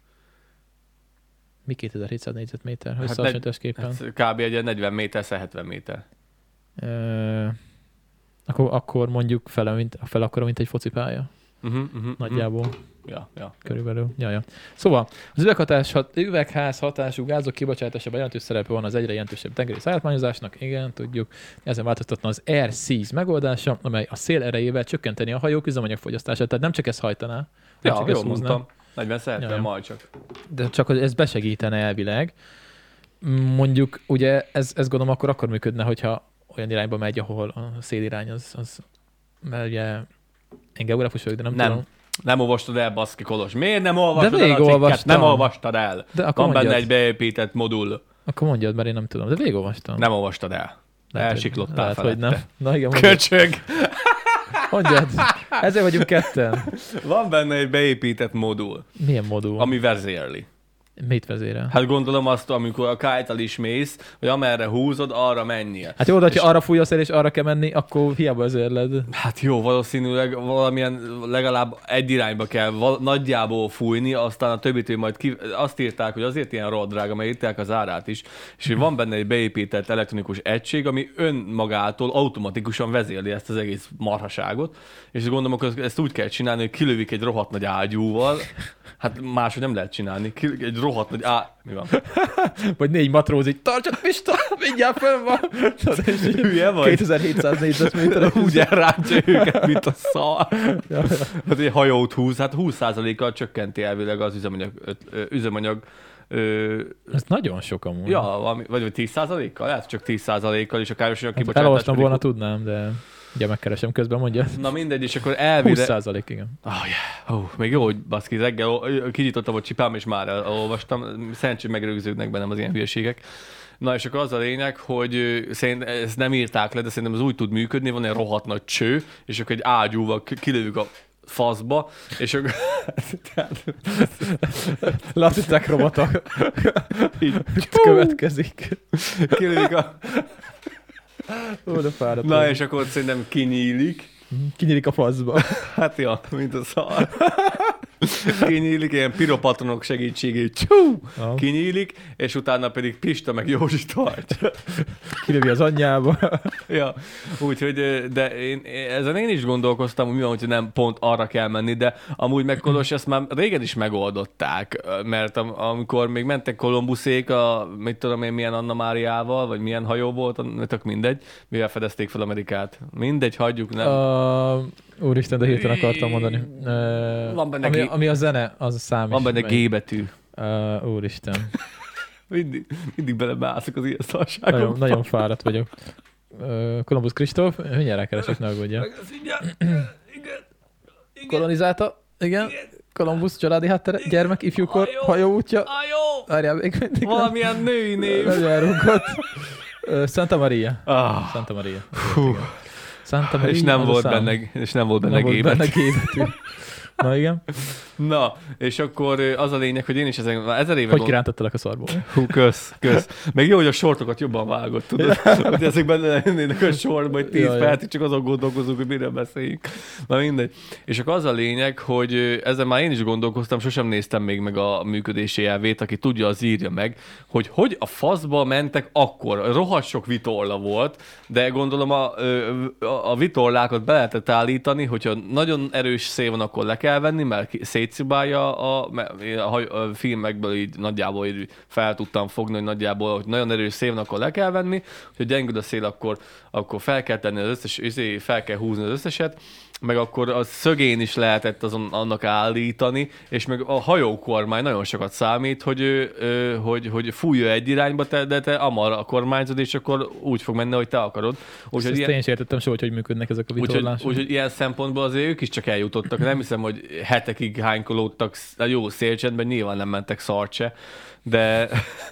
Mi kétezer-hétszáz négyzetméter? Hát Összehasonlításképpen. Hát kb. Egy negyven méter, hetven méter. Ö, akkor, akkor mondjuk fele, mint, fele akkora, mint egy focipálya. Uh-huh, uh-huh, nagyjából. Uh-huh. Ja, ja. Körülbelül. Ja, ja. Szóval az üveghatás, üvegház hatású gázok kibocsátásában jelentős szerepe van az egyre jelentősebb tengeri szállítmányozásnak, igen, tudjuk. Ezen változtatna az Air Seas megoldása, amely a szél erejével csökkenteni a hajók üzemanyagfogyasztását. Tehát nem csak ez hajtaná, nem Ja, csak jól ezt húzná, mondtam. negyven Ja, ja. majd csak. de csak hogy ez besegítene elvileg. Mondjuk ugye ez, ez gondolom akkor akkor működne, hogyha olyan irányba megy, ahol a szélirány az, az mert ugye én geográfus vagyok, de nem, Nem. tudom. Nem olvastad el, baszki Kolos. Miért nem olvastad De el a cikket? végigolvastam. Nem olvastad el. De akkor Van benne mondjad. egy beépített modul. Akkor mondjad, mert én nem tudom, de végigolvastam. Nem olvastad el. Lehet, hogy- Elsiklottál lehet, hogy felette. nem. Na igen, mondjad. Köcsög! mondjad. Ezért vagyunk ketten. Van benne egy beépített modul, Milyen modul? ami vezérli. Mit vezérel? Hát gondolom azt, amikor a kite-tal is mész, hogy amerre húzod, arra menjél. Hát jó, de És- ha arra fúj a szél és arra kell menni, akkor hiába vezérled. Hát jó, valószínűleg valamilyen legalább egy irányba kell val- nagyjából fújni, aztán a többit majd ki, azt írták, hogy azért ilyen rohadt drága, mert írták az árát is, és hogy van benne egy beépített elektronikus egység, ami önmagától automatikusan vezérli ezt az egész marhaságot, és gondolom, hogy ezt úgy kell csinálni, hogy kilövik egy rohadt nagy ágyúval, hát máshogy nem lehet csinálni, Ki- egy rohadt nagy á... Mi van? Vagy négy matróz így, tartsad Pista, mindjárt fönn van. Tudod, és így Hülye vagy? kétezer-hétszáz négyzetméter. Úgy elrántja őket, mint a szar. Ja, ja. Hát egy hajót húz, hát húsz százalékkal csökkenti elvileg az üzemanyag, öt, ö, üzemanyag ö, Ez nagyon sok amúgy. ja, valami, vagy, vagy tíz százalékkal? Lehet csak tíz százalékkal is a károsanyag Hát kibocsátás. elolvastam pedig- volna, tudnám, de ugye megkeresem közben, mondja. Na mindegy, és akkor húsz elvileg... százalék, igen. Oh, yeah. oh, még jó, hogy baszki, reggel ó, kinyitottam a csipám, és már elolvastam. Szerencsét megrögződnek bennem az ilyen hülyeségek. Na és akkor az a lényeg, hogy ö, szerint ezt nem írták le, de szerintem ez úgy tud működni, van egy rohadt nagy cső, és akkor egy ágyúval k- kilövük a faszba, és akkor... Laci tekrobata így, következik. kilövik a... Ó, de fáradt. Na és akkor szerintem kinyílik. Kinyílik a faszba. Hát ja, mint a szar. Kinyílik, ilyen piropatronok segítségével csú, Aha. kinyílik, és utána pedig Pista meg Józsi tartja. Kilövi az anyjába. Ja, úgyhogy, de én, ezen én is gondolkoztam, hogy mi van, hogyha nem pont arra kell menni, de amúgy meg Kolos, ezt már régen is megoldották, mert am- amikor még mentek Kolumbuszék, a, mit tudom én, milyen Anna Máriával, vagy milyen hajó volt, tök mindegy, mivel fedezték fel Amerikát. Mindegy, hagyjuk, nem? Uh, úristen, de hirtelen akartam mondani. Uh, Van benne ami, gé- ami a zene, az számít. Van benne Melyik? G betű. Uh, úristen. Mindig, mindig belebeászok az ilyen Nagyon, szarságokba. nagyon fáradt vagyok. Uh, Kolumbusz Kristóf, mindjárt rákeresek, ne aggódjál. Igen, igen, Kolonizálta, igen. Kolumbusz családi háttere, gyermek, ifjúkor, hajóútja. Ajó! Várjál, még mindig nem, Valamilyen női név. nem járunk ott. Uh, Santa Maria. Ah, Santa Maria. hú. Santa Maria. És nem az a volt szám. benne, és nem volt benne Nem volt G benne betű. G betű. Na igen. Na, és akkor ö, az a lényeg, hogy én is ezen, már ezer éve Hogy gond- kirántottalak a szarból? Hú, kösz, kösz. Meg jó, hogy a sortokat jobban vágott, tudod? Hogy ezek benne lennének a sorba, hogy tíz Ja, ja. percig csak azon gondolkozunk, hogy miről beszéljünk. Na mindegy. És akkor az a lényeg, hogy ö, ezen már én is gondolkoztam, sosem néztem még meg a működési elvét, aki tudja, az írja meg, hogy hogy a faszba mentek akkor. Rohadt sok vitorla volt, de gondolom a, ö, a, a vitorlákat be lehetett állítani, hogyha nagyon erős szél van, akkor le kell venni, mert ki- szétszibálja a, a, a, a filmekből így nagyjából így fel tudtam fogni, hogy nagyjából, hogy nagyon erős szél van, akkor le kell venni, hogyha gyengül a szél, akkor, akkor fel kell tenni az összes, izé, fel kell húzni az összeset, meg akkor a szögén is lehetett azon annak állítani, és meg a hajókormány nagyon sokat számít, hogy, ő, ő, hogy, hogy fújja egy irányba, te, de te amarra kormányzod, és akkor úgy fog menni, hogy te akarod. Úgyhogy Úgyhogy ezt én is értettem soha, hogy hogy működnek ezek a Úgyhogy, vitorlások. úgyhogy ilyen szempontból azért ők is csak eljutottak. Nem hiszem, hogy hetekig hánykolódtak, sz- jó szélcsendben, nyilván nem mentek szart se, de...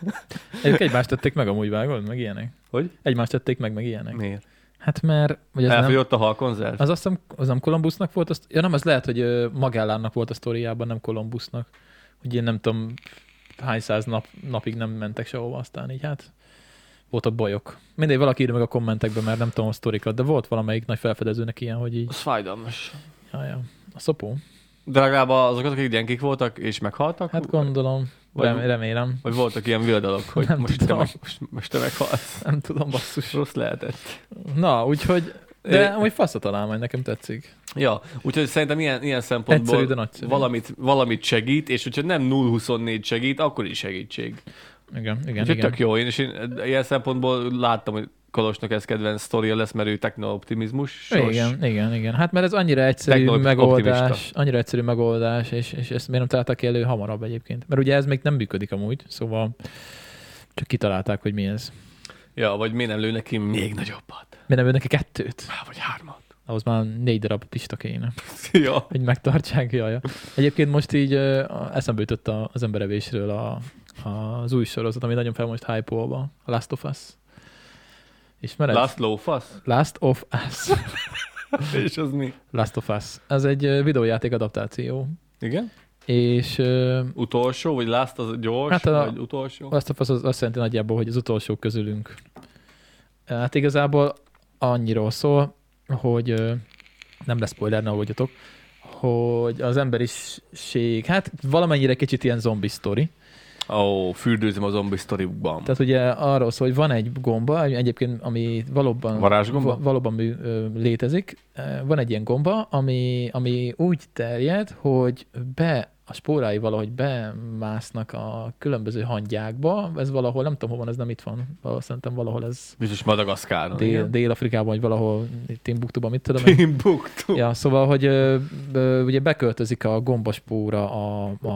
Ők egymást tették meg amúgy, vágod? Meg ilyenek. Hogy? Egymást tették meg, meg ilyenek. Miért? Hát mert... Vagy ez nem, Elfogyott a halkonzerv? az azt hiszem, az nem Columbusnak volt, azt, ja nem, az lehet, hogy ö, Magellánnak volt a sztoriában, nem Columbusnak. Hogy én nem tudom, hány száz nap, napig nem mentek sehova, aztán így hát voltak bajok. Mindegy, valaki írja meg a kommentekben, mert nem tudom a sztorikat, de volt valamelyik nagy felfedezőnek ilyen, hogy így, Az fájdalmas. ja, ja. A szopó? De legalább azokat, akik gyengék voltak és meghaltak? Hát gondolom, Vagy- Rem, remélem. Vagy voltak ilyen viadalok, hogy Nem most te, tudom. meg, most, most te meghalsz. Nem tudom, basszus. Rossz lehetett. Na, úgyhogy De amúgy fasz a találmány, nekem tetszik. Ja, úgyhogy szerintem ilyen, ilyen Egyszerű, szempontból de nagyszerű. valamit, valamit segít, és hogyha nem nulla huszonnégy segít, akkor is segítség. Igen, igen, Úgyhogy igen. tök jó. Én is én, ilyen szempontból láttam, hogy Kolosnak ez kedvenc sztoria lesz, mert ő techno-optimizmus. Igen, igen, igen. Hát mert ez annyira egyszerű Techno- megoldás, optimista. annyira egyszerű megoldás, és, és ezt miért nem találták ki elő hamarabb egyébként? Mert ugye ez még nem működik amúgy, szóval csak kitalálták, hogy mi ez. Ja, vagy miért nem lő neki még nagyobbat? Miért nem ő neki kettőt? Há, vagy hármat. Ahhoz már négy darab pista kéne, Ja. hogy megtartsák. Jaja. Egyébként most így uh, eszembe jutott a- az emberevésről a, az új sorozat, ami nagyon fel most hype-olva, a Last of Us. Ismered? Last Lófasz? Last of Us. És az mi? Last of Us. Ez egy ö, videójáték adaptáció. Igen? És uh, Utolsó, vagy last az gyors, Hát a- vagy utolsó? Last of Us az azt jelenti nagyjából, hogy az utolsó közülünk. Hát igazából annyiról szól, hogy ö, nem lesz spoiler, ne aggódjatok, hogy az emberiség, hát valamennyire kicsit ilyen zombi sztori. Ó, oh, fürdőzöm a zombi sztorikban. Tehát ugye arról szól, hogy van egy gomba, egyébként, ami valóban, Varázsgomba? va- valóban mű, ö, létezik. Van egy ilyen gomba, ami, ami úgy terjed, hogy be a spórái valahogy bemásznak a különböző hangyákba. Ez valahol, nem tudom, hol van, ez nem itt van. Valahol, szerintem valahol ez Biztos Madagaszkáron. Dél, Dél-Afrikában, vagy valahol Timbuktuban, mit tudom én. Timbuktu. Ja, szóval, hogy ö, ö, ugye beköltözik a gombaspóra a, a,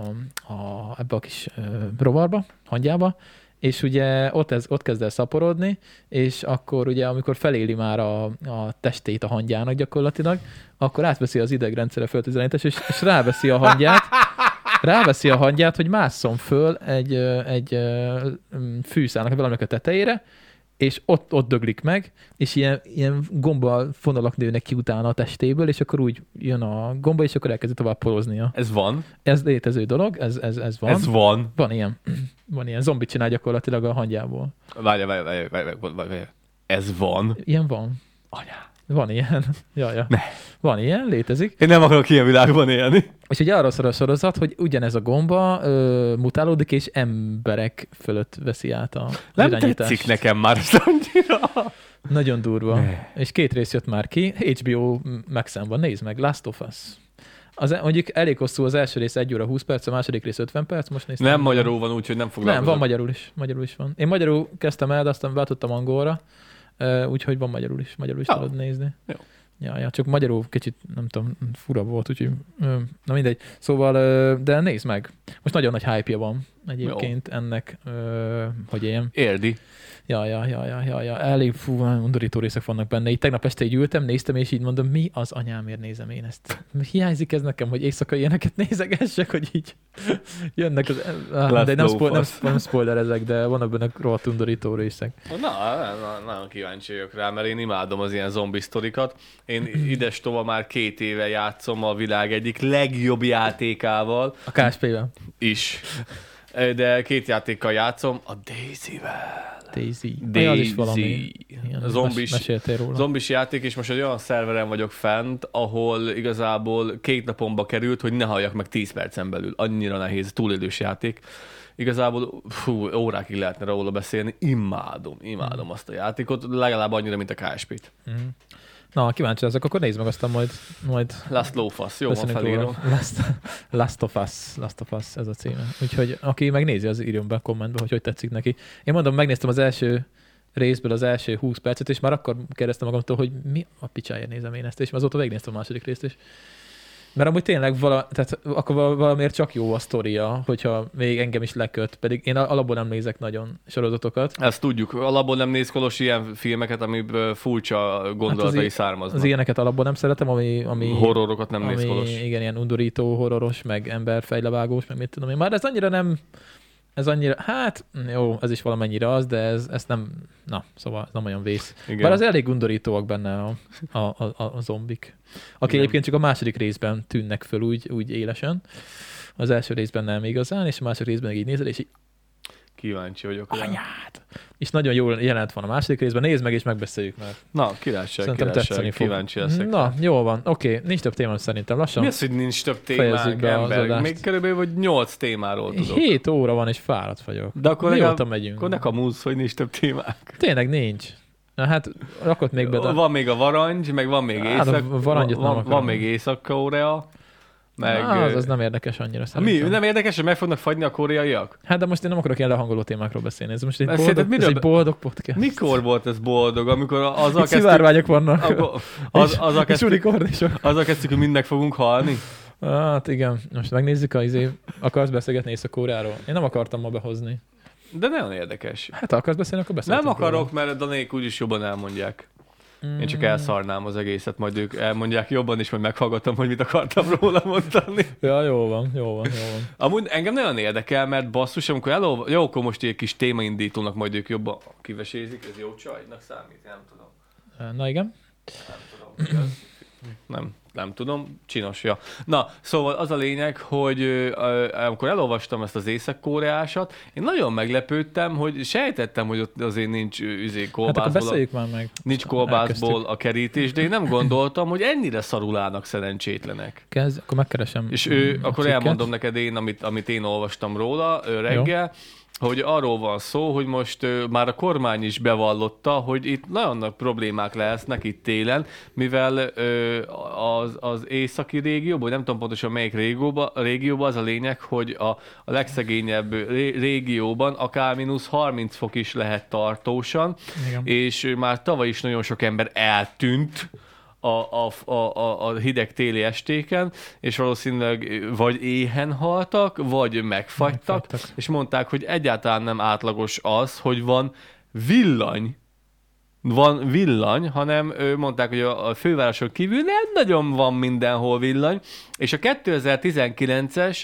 a, ebbe a kis ö, rovarba, hangyába, és ugye ott, ez, ott kezd el szaporodni, és akkor ugye, amikor feléli már a, a testét a hangyának gyakorlatilag, akkor átveszi az idegrendszere föltüzenítés, és, és ráveszi a hangyát, ráveszi a hangyát, hogy másszon föl egy, ö, egy ö, fűszálnak valaminek a tetejére, és ott, ott döglik meg, és ilyen, ilyen gomba fonalak nőnek ki utána a testéből, és akkor úgy jön a gomba, és akkor elkezdi tovább poroznia. Ez van? Ez létező dolog, ez, ez, ez van. Ez van. Van ilyen. Van ilyen. Zombit csinál gyakorlatilag a hangyából. Várj, várj, várj, várj, várj, várj. Ez van? Ilyen van. Anyá. Van ilyen. Ja, ja. Ne. Van ilyen, létezik. Én nem akarok ilyen világban élni. És ugye arról szól a sorozat, hogy ugyanez a gomba ö, mutálódik, és emberek fölött veszi át a Nem irányítást. tetszik nekem már ez annyira. Nagyon durva. Ne. És két rész jött már ki. há bé o Maxen van, nézd meg, Last of Us. Az, mondjuk elég hosszú az első rész egy óra húsz perc, a második rész ötven perc, most néztem. Nem magyarul van, úgyhogy nem foglalkozom. Nem, van magyarul is. Magyarul is van. Én magyarul kezdtem el, de aztán váltottam angolra, ö, úgyhogy van magyarul is. Magyarul is Ja. tudod nézni. Jó. Ja, ja, csak magyarul kicsit, nem tudom, fura volt, úgyhogy ö, na mindegy. Szóval, ö, de nézd meg. Most nagyon nagy hype-ja van egyébként ennek, ö, hogy ilyen. Érdi. Ja, ja, ja, ja, ja, ja. Elég fú, undorító részek vannak benne. Így tegnap este így ültem, néztem, és így mondom, mi az anyámért nézem én ezt? Hiányzik ez nekem, hogy éjszaka ilyeneket nézegessek, hogy így jönnek az... Ah, de nem, spo- nem, nem spoilerezek, de vannak benne rohadt undorító részek. Na, na, nagyon kíváncsi vagyok rá, mert én imádom az ilyen zombi sztorikat. Én ides tova már két éve játszom a világ egyik legjobb játékával A ká es pé-vel. is. De két játékkal játszom, a Daisy-vel. Daisy. Daisy. Az is valami. Igen, A zombis, mes- meséltél róla. zombis játék, és most egy olyan szerveren vagyok fent, ahol igazából két napomba került, hogy ne halljak meg tíz percen belül. Annyira nehéz, túlélős játék. Igazából fú, órákig lehetne róla beszélni. Imádom, imádom mm. azt a játékot, legalább annyira, mint a ká es pét. Mm. Na, kíváncsi ezek, akkor nézd meg, aztán majd... majd Last Lófasz, jó, van beszélünk felírom. róla. Last, Last of Us, Last of Us, ez a címe. Úgyhogy aki megnézi, az írjon be a kommentbe, hogy hogy tetszik neki. Én mondom, megnéztem az első részből az első húsz percet, és már akkor kérdeztem magamtól, hogy mi a picsáért nézem én ezt, és azóta végignéztem a második részt is. Mert amúgy tényleg vala, tehát akkor valamiért csak jó a sztoria, hogyha még engem is leköt, pedig én alapból nem nézek nagyon sorozatokat. Ezt tudjuk. Alapból nem néz Kolos ilyen filmeket, amiből furcsa gondolatai hát az, származnak. Az ilyeneket alapból nem szeretem, ami... ami Horrorokat nem ami, néz Kolos. Igen, ilyen undorító, horroros, meg emberfejlevágós, meg mit tudom én. Már ez annyira nem... Ez annyira, hát jó, ez is valamennyire az, de ez, ez nem, na, szóval ez nem olyan vész. Igen. Bár az elég undorítóak benne a, a, a, a zombik. Aki Igen. egyébként csak a második részben tűnnek föl úgy, úgy élesen. Az első részben nem igazán, és a második részben így nézel, és így Kíváncsi vagyok. rá. anyád! És nagyon jól jelent van a második részben. Nézd meg, és megbeszéljük már. Na, királyság, Szerintem tetszeni királyság. fog. Kíváncsi leszek. Na, jó van. Oké, okay. Nincs több téma szerintem. Lassan. Mi az, hogy nincs több Fejezzük témánk, be az ember? adást. Még körülbelül vagy nyolc témáról tudok. hét óra van, és fáradt vagyok. De akkor Mióta legalább, megyünk? akkor ne kamúzz, hogy nincs több témánk. Tényleg nincs. Na, hát rakott még be. De... Van még a Varangy, meg van még hát, Észak... van, van, van még Észak-Korea. Meg... Na, az, az nem érdekes annyira szerintem. Mi? Nem érdekes, hogy meg fognak fagyni a koreaiak? Hát de most én nem akarok ilyen lehangoló témákról beszélni. Ez most egy Ezt boldog, miről... ez egy boldog podcast. Mikor volt ez boldog? Amikor azzal kezdtük... Szivárványok vannak. Akkor, az, azzal, kezdtük... azzal kezdtük, hogy mind meg fogunk halni. Hát igen. Most megnézzük, a izé... akarsz beszélgetni Észak-Koreáról? Én nem akartam ma behozni. De nagyon érdekes. Hát ha akarsz beszélni, akkor beszélünk. Nem akarok, róla. Mert Danék úgyis jobban elmondják. Én csak elszarnám az egészet, majd ők elmondják jobban, és majd meghallgatom, hogy mit akartam róla mondani. Ja, jó van, jó van, jó van. Amúgy engem nagyon érdekel, mert basszus, amikor elolva... Jó, akkor most egy kis témaindítónak majd ők jobban kivesézik, ez jó csajnak számít, nem tudom. Na igen. Nem tudom. Nem, nem tudom, csinos, ja. Na, szóval az a lényeg, hogy uh, amikor elolvastam ezt az észak-koreásat, én nagyon meglepődtem, hogy sejtettem, hogy ott azért nincs üzé kolbászból. Hát akkor beszéljük már meg. Nincs kolbászból a kerítés, de én nem gondoltam, hogy ennyire szarulának szerencsétlenek. Kezd, akkor megkeresem. És ő, akkor cikket. Elmondom neked én, amit, amit én olvastam róla reggel, jó. Hogy arról van szó, hogy most uh, már a kormány is bevallotta, hogy itt nagyon nagy problémák lesznek itt télen, mivel uh, az, az északi régióban, nem tudom pontosan melyik régióban, régióban az a lényeg, hogy a, a legszegényebb ré, régióban akár mínusz harminc fok is lehet tartósan, igen. És már tavaly is nagyon sok ember eltűnt A, a, a, a hideg téli estéken, és valószínűleg vagy éhen haltak, vagy megfagytak, megfagytak, és mondták, hogy egyáltalán nem átlagos az, hogy van villany, van villany, hanem mondták, hogy a fővároson kívül nem nagyon van mindenhol villany, és a kétezer-tizenkilences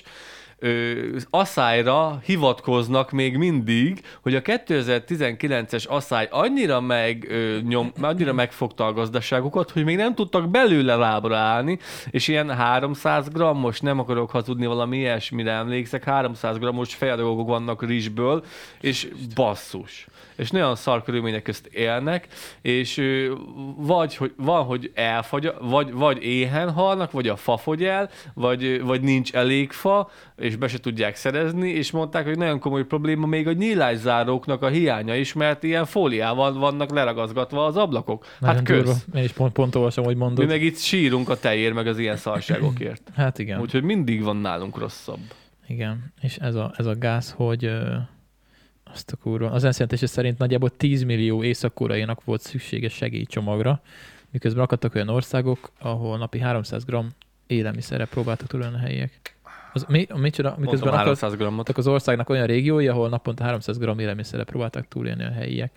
asszályra hivatkoznak még mindig, hogy a kétezer-tizenkilences asszály annyira, meg, ö, nyom, annyira megfogta a gazdaságukat, hogy még nem tudtak belőle lábra állni, és ilyen háromszáz grammos, nem akarok hazudni, valami ilyesmire emlékszek, háromszáz grammos fejadagok vannak rizsből, és basszus. És nagyon szar körülmények közt élnek, és ö, vagy hogy, van, hogy elfagy, vagy, vagy éhen halnak, vagy a fa fogy el, vagy, vagy nincs elég fa, és be se tudják szerezni, és mondták, hogy nagyon komoly probléma még a nyílászáróknak a hiánya is, mert ilyen fóliával vannak leragazgatva az ablakok. Nagyon hát köz. Durva. Én is pont, pont olvasom, hogy mondod. Mi meg itt sírunk a tejér, meg az ilyen szarságokért. Hát igen. Úgyhogy mindig van nálunk rosszabb. Igen, és ez a, ez a gáz, hogy ö, azt a kurva. Az ENSZ jelentése szerint nagyjából tíz millió észak-koreainak volt szükséges segélycsomagra, miközben akadtak olyan országok, ahol napi háromszáz gramm élelmiszerre próbáltak túlélni a helyiek. Az, mi, micsoda, miközben akadtak az országnak olyan régiói, ahol naponta háromszáz gramm élelmiszerre próbáltak túlélni a helyiek.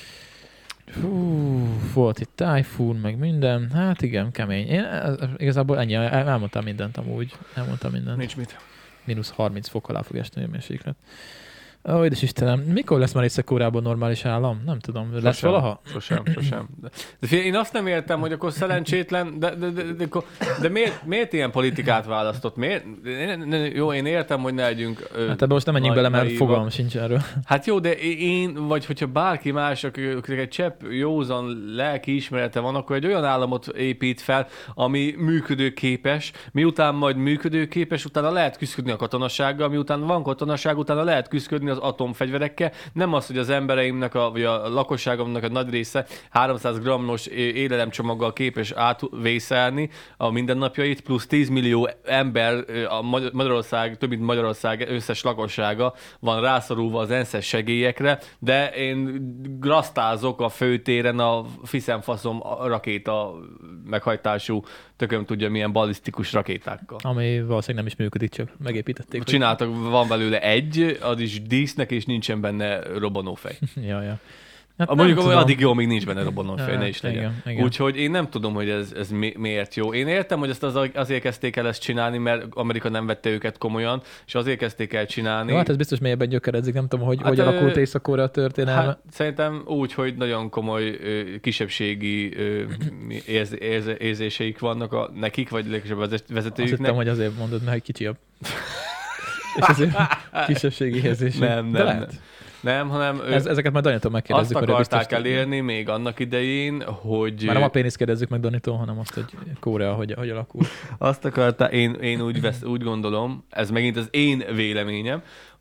Hú, volt itt tájfun, meg minden. Hát igen, kemény. Én igazából ennyi, el, elmondtam mindent amúgy. Elmondtam mindent. Nincs mit. mínusz harminc fok alá fog esni a hőmérséklet. Ó, édes Istenem, mikor lesz már Észak-Koreában normális állam? Nem tudom, lesz sosem, valaha? Sosem, sosem. De, de figyelj, én azt nem értem, hogy akkor szerencsétlen, de, de, de, de, de, de miért, miért ilyen politikát választott? Miért? Jó, én értem, hogy ne legyünk... Hát ebben most nem menjünk bele, mert fogalmam sincs erről. Hát jó, de én, vagy hogyha bárki más, akinek egy csepp józan lelki ismerete van, akkor egy olyan államot épít fel, ami működőképes, miután majd működőképes, utána lehet küzdködni a katonasággal, miután van katonaság, utána lehet küzdködni az atomfegyverekkel, nem az, hogy az embereimnek, a, vagy a lakosságomnak a nagy része háromszáz grammos élelemcsomaggal képes átvészelni a mindennapjait, plusz tíz millió ember, a Magyarország, több mint Magyarország összes lakossága van rászorulva az ENSZ-es segélyekre, de én grasztázok a főtéren a fiszemfaszom rakéta meghajtású, tököm tudja milyen ballisztikus rakétákkal. Ami valószínűleg nem is működik, csak megépítették. Csináltak, hogy... van belőle egy, az is dísznek, és nincsen benne robbanófej. ja, ja. Hát mondjuk addig jó, még nincs benne robbanófej, ja, ne is legyen. Igen, igen. Úgyhogy én nem tudom, hogy ez, ez mi, miért jó. Én értem, hogy ezt az, azért kezdték el ezt csinálni, mert Amerika nem vette őket komolyan, és azért kezdték el csinálni. Jó, hát ez biztos mélyebben gyökeredzik, nem tudom, hogy hát, hogy alakult Észak-Korea történelme. Hát, szerintem úgy, hogy nagyon komoly kisebbségi érz, érz, érzéseik vannak a, nekik, vagy legalább a vezetőjüknek. Azt hittem, hogy azért mondod, mert kicsi a... és azért kisebbségi érzések. Nem, nem, nem. Nem, hanem... Ez, ezeket majd Danitól megkérdezzük. Azt akarták elérni még annak idején, hogy... Már nem a pénisz kérdezzük meg Danitól, hanem azt, hogy Korea hogy, hogy alakul. Azt akarták, én, én úgy, vesz, úgy gondolom, ez megint az én véleményem,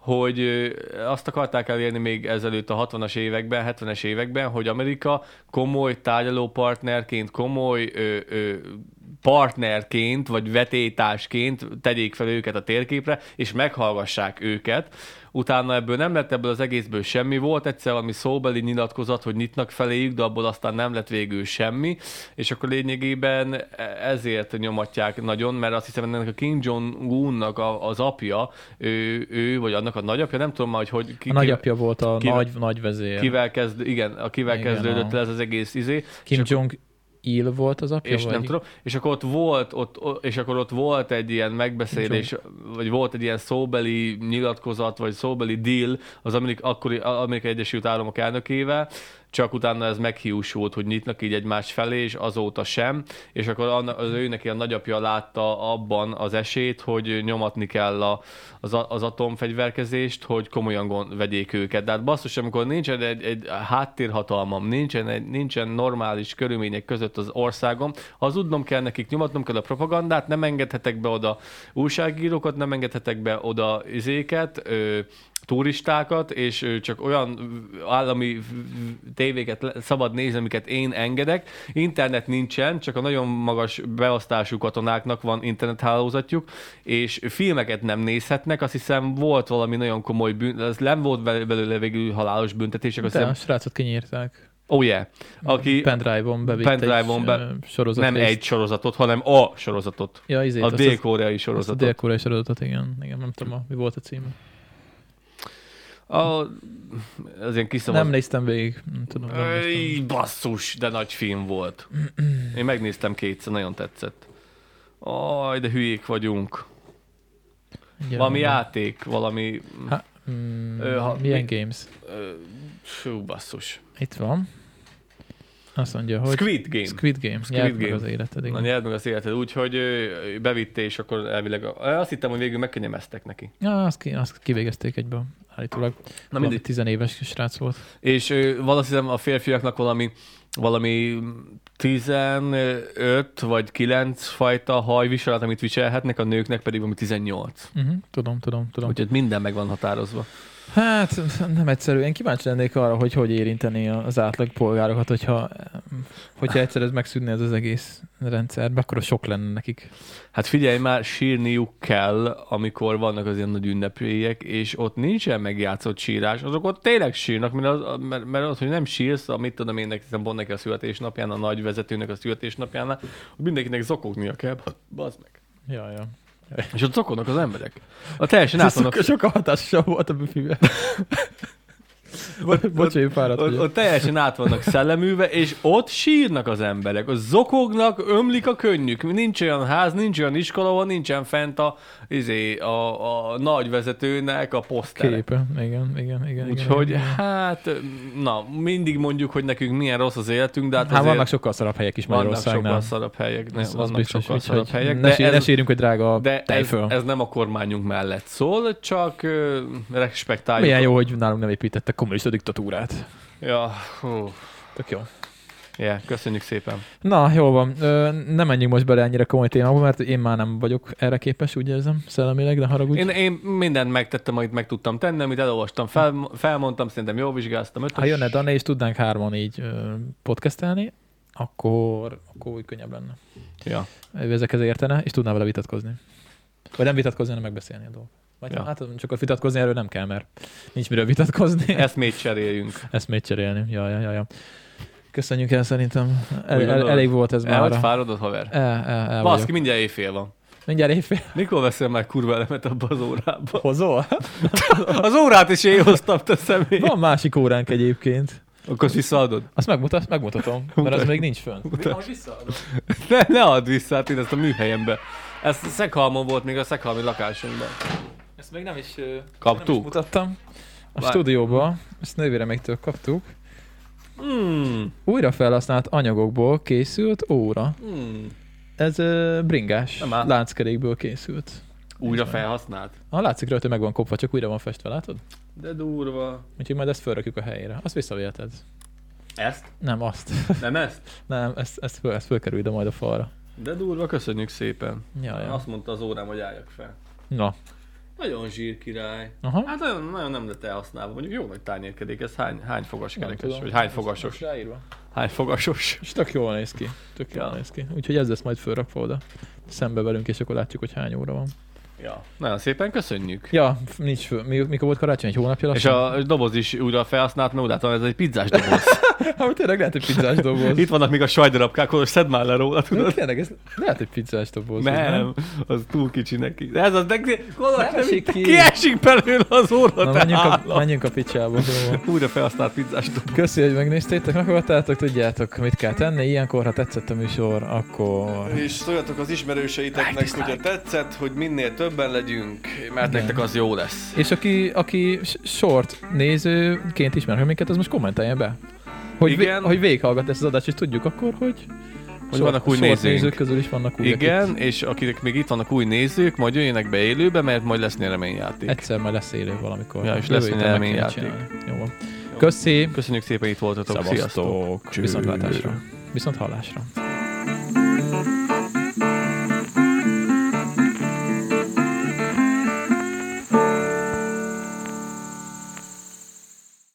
hogy ö, azt akarták elérni még ezelőtt a hatvanas években, hetvenes években, hogy Amerika komoly tárgyalópartnerként, komoly ö, ö, partnerként, vagy vetélytársként tegyék fel őket a térképre, és meghallgassák őket. Utána ebből nem lett ebből az egészből semmi. Volt egyszer valami szóbeli nyilatkozat, hogy nyitnak feléjük, de abból aztán nem lett végül semmi, és akkor lényegében ezért nyomatják nagyon, mert azt hiszem, ennek a Kim Jong-unnak az apja, ő, ő, vagy annak a nagyapja, nem tudom már, hogy... hogy ki, a nagyapja ki, volt a ki, nagy, nagy vezér. Kivel kezd, igen, a kivel igen, kezdődött a... ez az egész izé. Kim Jong Il volt az apja? És vagy? nem tudom. És akkor ott volt, ott, és akkor ott volt egy ilyen megbeszélés, vagy volt egy ilyen szóbeli nyilatkozat, vagy szóbeli deal az Amerik, akkori Amerikai Egyesült Államok elnökével, csak utána ez meghiúsult, hogy nyitnak így egymás felé, és azóta sem, és akkor az ő neki a nagyapja látta abban az esélyt, hogy nyomatni kell a, az, az atomfegyverkezést, hogy komolyan gond, vegyék őket. De hát basszus, amikor nincsen egy, egy háttérhatalmam, nincsen, egy, nincsen normális körülmények között az országom, hazudnom kell nekik, nyomatnom kell a propagandát, nem engedhetek be oda újságírókat, nem engedhetek be oda izéket, ö, turistákat, és csak olyan állami tévéket szabad nézni, amiket én engedek. Internet nincsen, csak a nagyon magas beosztású katonáknak van internethálózatjuk, és filmeket nem nézhetnek. Azt hiszem volt valami nagyon komoly bűn, ez nem volt belőle végül halálos büntetések. De hiszem... a srácot kinyírták. Oh yeah. Aki pendrive-on bevitt pendrive-on egy be... sorozat. Nem részt. Egy sorozatot, hanem a sorozatot. Ja, izét, a dél-koreai sorozatot. A dél-koreai sorozatot, igen. igen. Nem tudom, mi volt a címe. A, az ilyen kiszavaz... Nem néztem végig. Nem tudom, nem Ej, basszus, de nagy film volt. Én megnéztem kétszer, nagyon tetszett. Aj, de hülyék vagyunk. Gyere, valami van. Játék, valami... Ha, mm, ö, ha, milyen mi... games? Fú, basszus. Itt van. Azt mondja, hogy... Squid Game. Squid Game. Squid Nyert Game. meg az életed. Igen. Na, nyert meg az életed. Úgyhogy bevitte, és akkor elvileg... Azt hittem, hogy végül megkönnyemeztek neki. Ja, azt, ki, azt kivégezték egyből. Állítólag. Na, mindig tizenéves éves volt. És valószínűleg a férfiaknak valami valami tizenöt vagy kilenc fajta hajviselet, amit viselhetnek, a nőknek pedig valami tizennyolc. Uh-huh, tudom, tudom, tudom. Úgyhogy minden meg van határozva. Hát nem egyszerű. Én kíváncsi lennék arra, hogy hogy érinteni az átlag polgárokat, hogyha, hogyha egyszer ez megszűnne ez az egész rendszerbe, akkor sok lenne nekik. Hát figyelj már, sírniuk kell, amikor vannak az ilyen nagy ünnepélyek, és ott nincsen megjátszott sírás, azok ott tényleg sírnak, mert az, mert, mert az, hogy nem sírsz, amit tudom én, hiszen pont neki a születésnapján, a nagy vezetőnek a születésnapjánál, hogy mindenkinek zokognia kell. Bazd meg. Ja, ja. És ott zokognak az emberek. A teljesen át vannak... Sokkal hatásosabb volt a büfiben. Bocsánat, fáradt vagyok. Ott teljesen át vannak szellemülve, és ott sírnak az emberek. Ott zokognak, ömlik a könnyük. Nincs olyan ház, nincs olyan iskola, ahol nincsen fent a, izé, a, a nagy vezetőnek a posztere. Képe. Igen, igen, igen. Úgyhogy igen. hát, na, mindig mondjuk, hogy nekünk milyen rossz az életünk, de hát, hát vannak sokkal szarabb helyek is Magyarországnál. Vannak sokkal szarabb helyek. Ne, az, vannak az biztos, sokkal hogy, szarabb hogy helyek. Ne, sír, ez, ne sírjunk, hogy drága a de tejföl. Ez, ez nem a kormányunk mellett szól, csak uh, respektáljuk. Milyen jó, hogy nálunk nem építettek kommunista diktatúrát. Ja, hú. Tök jó. Yeah, köszönjük szépen. Na, jó van. Ö, nem menjünk most bele ennyire komoly témába, mert én már nem vagyok erre képes, úgy érzem, szellemileg, de haragudj. Én, én mindent megtettem, amit meg tudtam tenni, amit elolvastam, fel, felmondtam, szerintem jól vizsgáztam. Ötös. Ha jönne Dani, és tudnánk hárman így ö, podcastelni, akkor, akkor úgy könnyebb lenne. Ja. Ő ezekhez értene, és tudná vele vitatkozni. Vagy nem vitatkozni, hanem megbeszélni a dolgot. Vagy ja. Hát csak a vitatkozni erről nem kell, mert nincs miről vitatkozni. Eszmét cseréljünk. Eszmét cserélni, ja, ja, ja, ja. Köszönjük el, szerintem. El, el, elég volt ez már. El vagy fáradott, haver? El, el, el Baszki, mindjárt éjfél van. Mindjárt éjfél? Mikor veszel már kurva elemet abba az órába? Hozol? Az órát is én hoztam, te személy. Van másik óránk egyébként. Akkor azt visszaadod? Azt megmutat, megmutatom, mert az még nincs fönn. Ne, ne add vissza, hát én ezt a műhelyembe. Ez Szeghalmon volt még a szeghalmi lakásunkban. Ezt még nem is, kaptuk? Nem is mutattam. A Vár... stúdióban, ezt nővéremektől kaptuk. Mm. Újra felhasznált anyagokból készült óra. Mm. Ez uh, bringás, lánckerékből készült. Újra felhasznált? Ah, látszik rajta, meg van kopva, csak újra van festve, látod? De durva. Úgyhogy majd ezt felrakjuk a helyére. Azt visszaviheted. Ezt? Nem, azt. Nem ezt? Nem, ezt, ezt, föl, ezt fölkerül ide majd a falra. De durva, köszönjük szépen. Ja, ja. Azt mondta az órám, hogy álljak fel. Na. Nagyon zsírkirály. Aha. Hát nagyon, nagyon nem lett elhasználva. Mondjuk jó nagy tányérkedik. Ez hány, hány fogas Nem kerekes? tudom. Vagy hány fogasos? Ráírva. Hány fogasos? És tök jól néz ki. Tök jól Ja. néz ki. Úgyhogy ez lesz majd fölrakva oda. Szembe velünk, és akkor látjuk, hogy hány óra van. Ja. Nagyon szépen köszönjük. Ja, nincs föl. Mi, mikor volt karácsony? Egy hónapja És lassan? a doboz is újra felhasznált, mert úgy látom, ez egy pizzás doboz. Hát tényleg lehet, hogy pizzás doboz. Itt vannak még a sajtdarabkák, hogy szedd már le róla, De tudod? tényleg, ez lehet, hogy pizzás doboz. Nem, az túl kicsi neki. De ez az, de Kolos, Nem esik ki. kiesik belőle az óra, Na, te menjünk a, állat. menjünk a picsába. Szóval. Újra felhasznált pizzás doboz. Köszi, hogy megnéztétek, meghallgattátok, tudjátok, mit kell tenni. Ilyenkor, ha tetszett a műsor, akkor... És szóljatok az ismerőseiteknek, Like, hogyha tetszett, hogy minél többen legyünk, mert Igen. nektek az jó lesz. És aki, aki short nézőként ismer minket, az most kommentelje be. Hogy, Igen. vé, hogy végighallgat ezt az adást, és tudjuk akkor, hogy, Hogy vannak új short nézőink. nézők közül is vannak új. Igen, és akik még itt vannak új nézők, majd jöjjenek be élőbe, mert majd lesz nyereményjáték. Egyszer majd lesz élő valamikor. Ja, és Jövő lesz héten meg kéne nyereményjáték. csinálni. Jó van. Köszi. Köszönjük szépen, itt voltatok. Sziasztok. Szevasztok. Viszontlátásra. Viszont hallásra.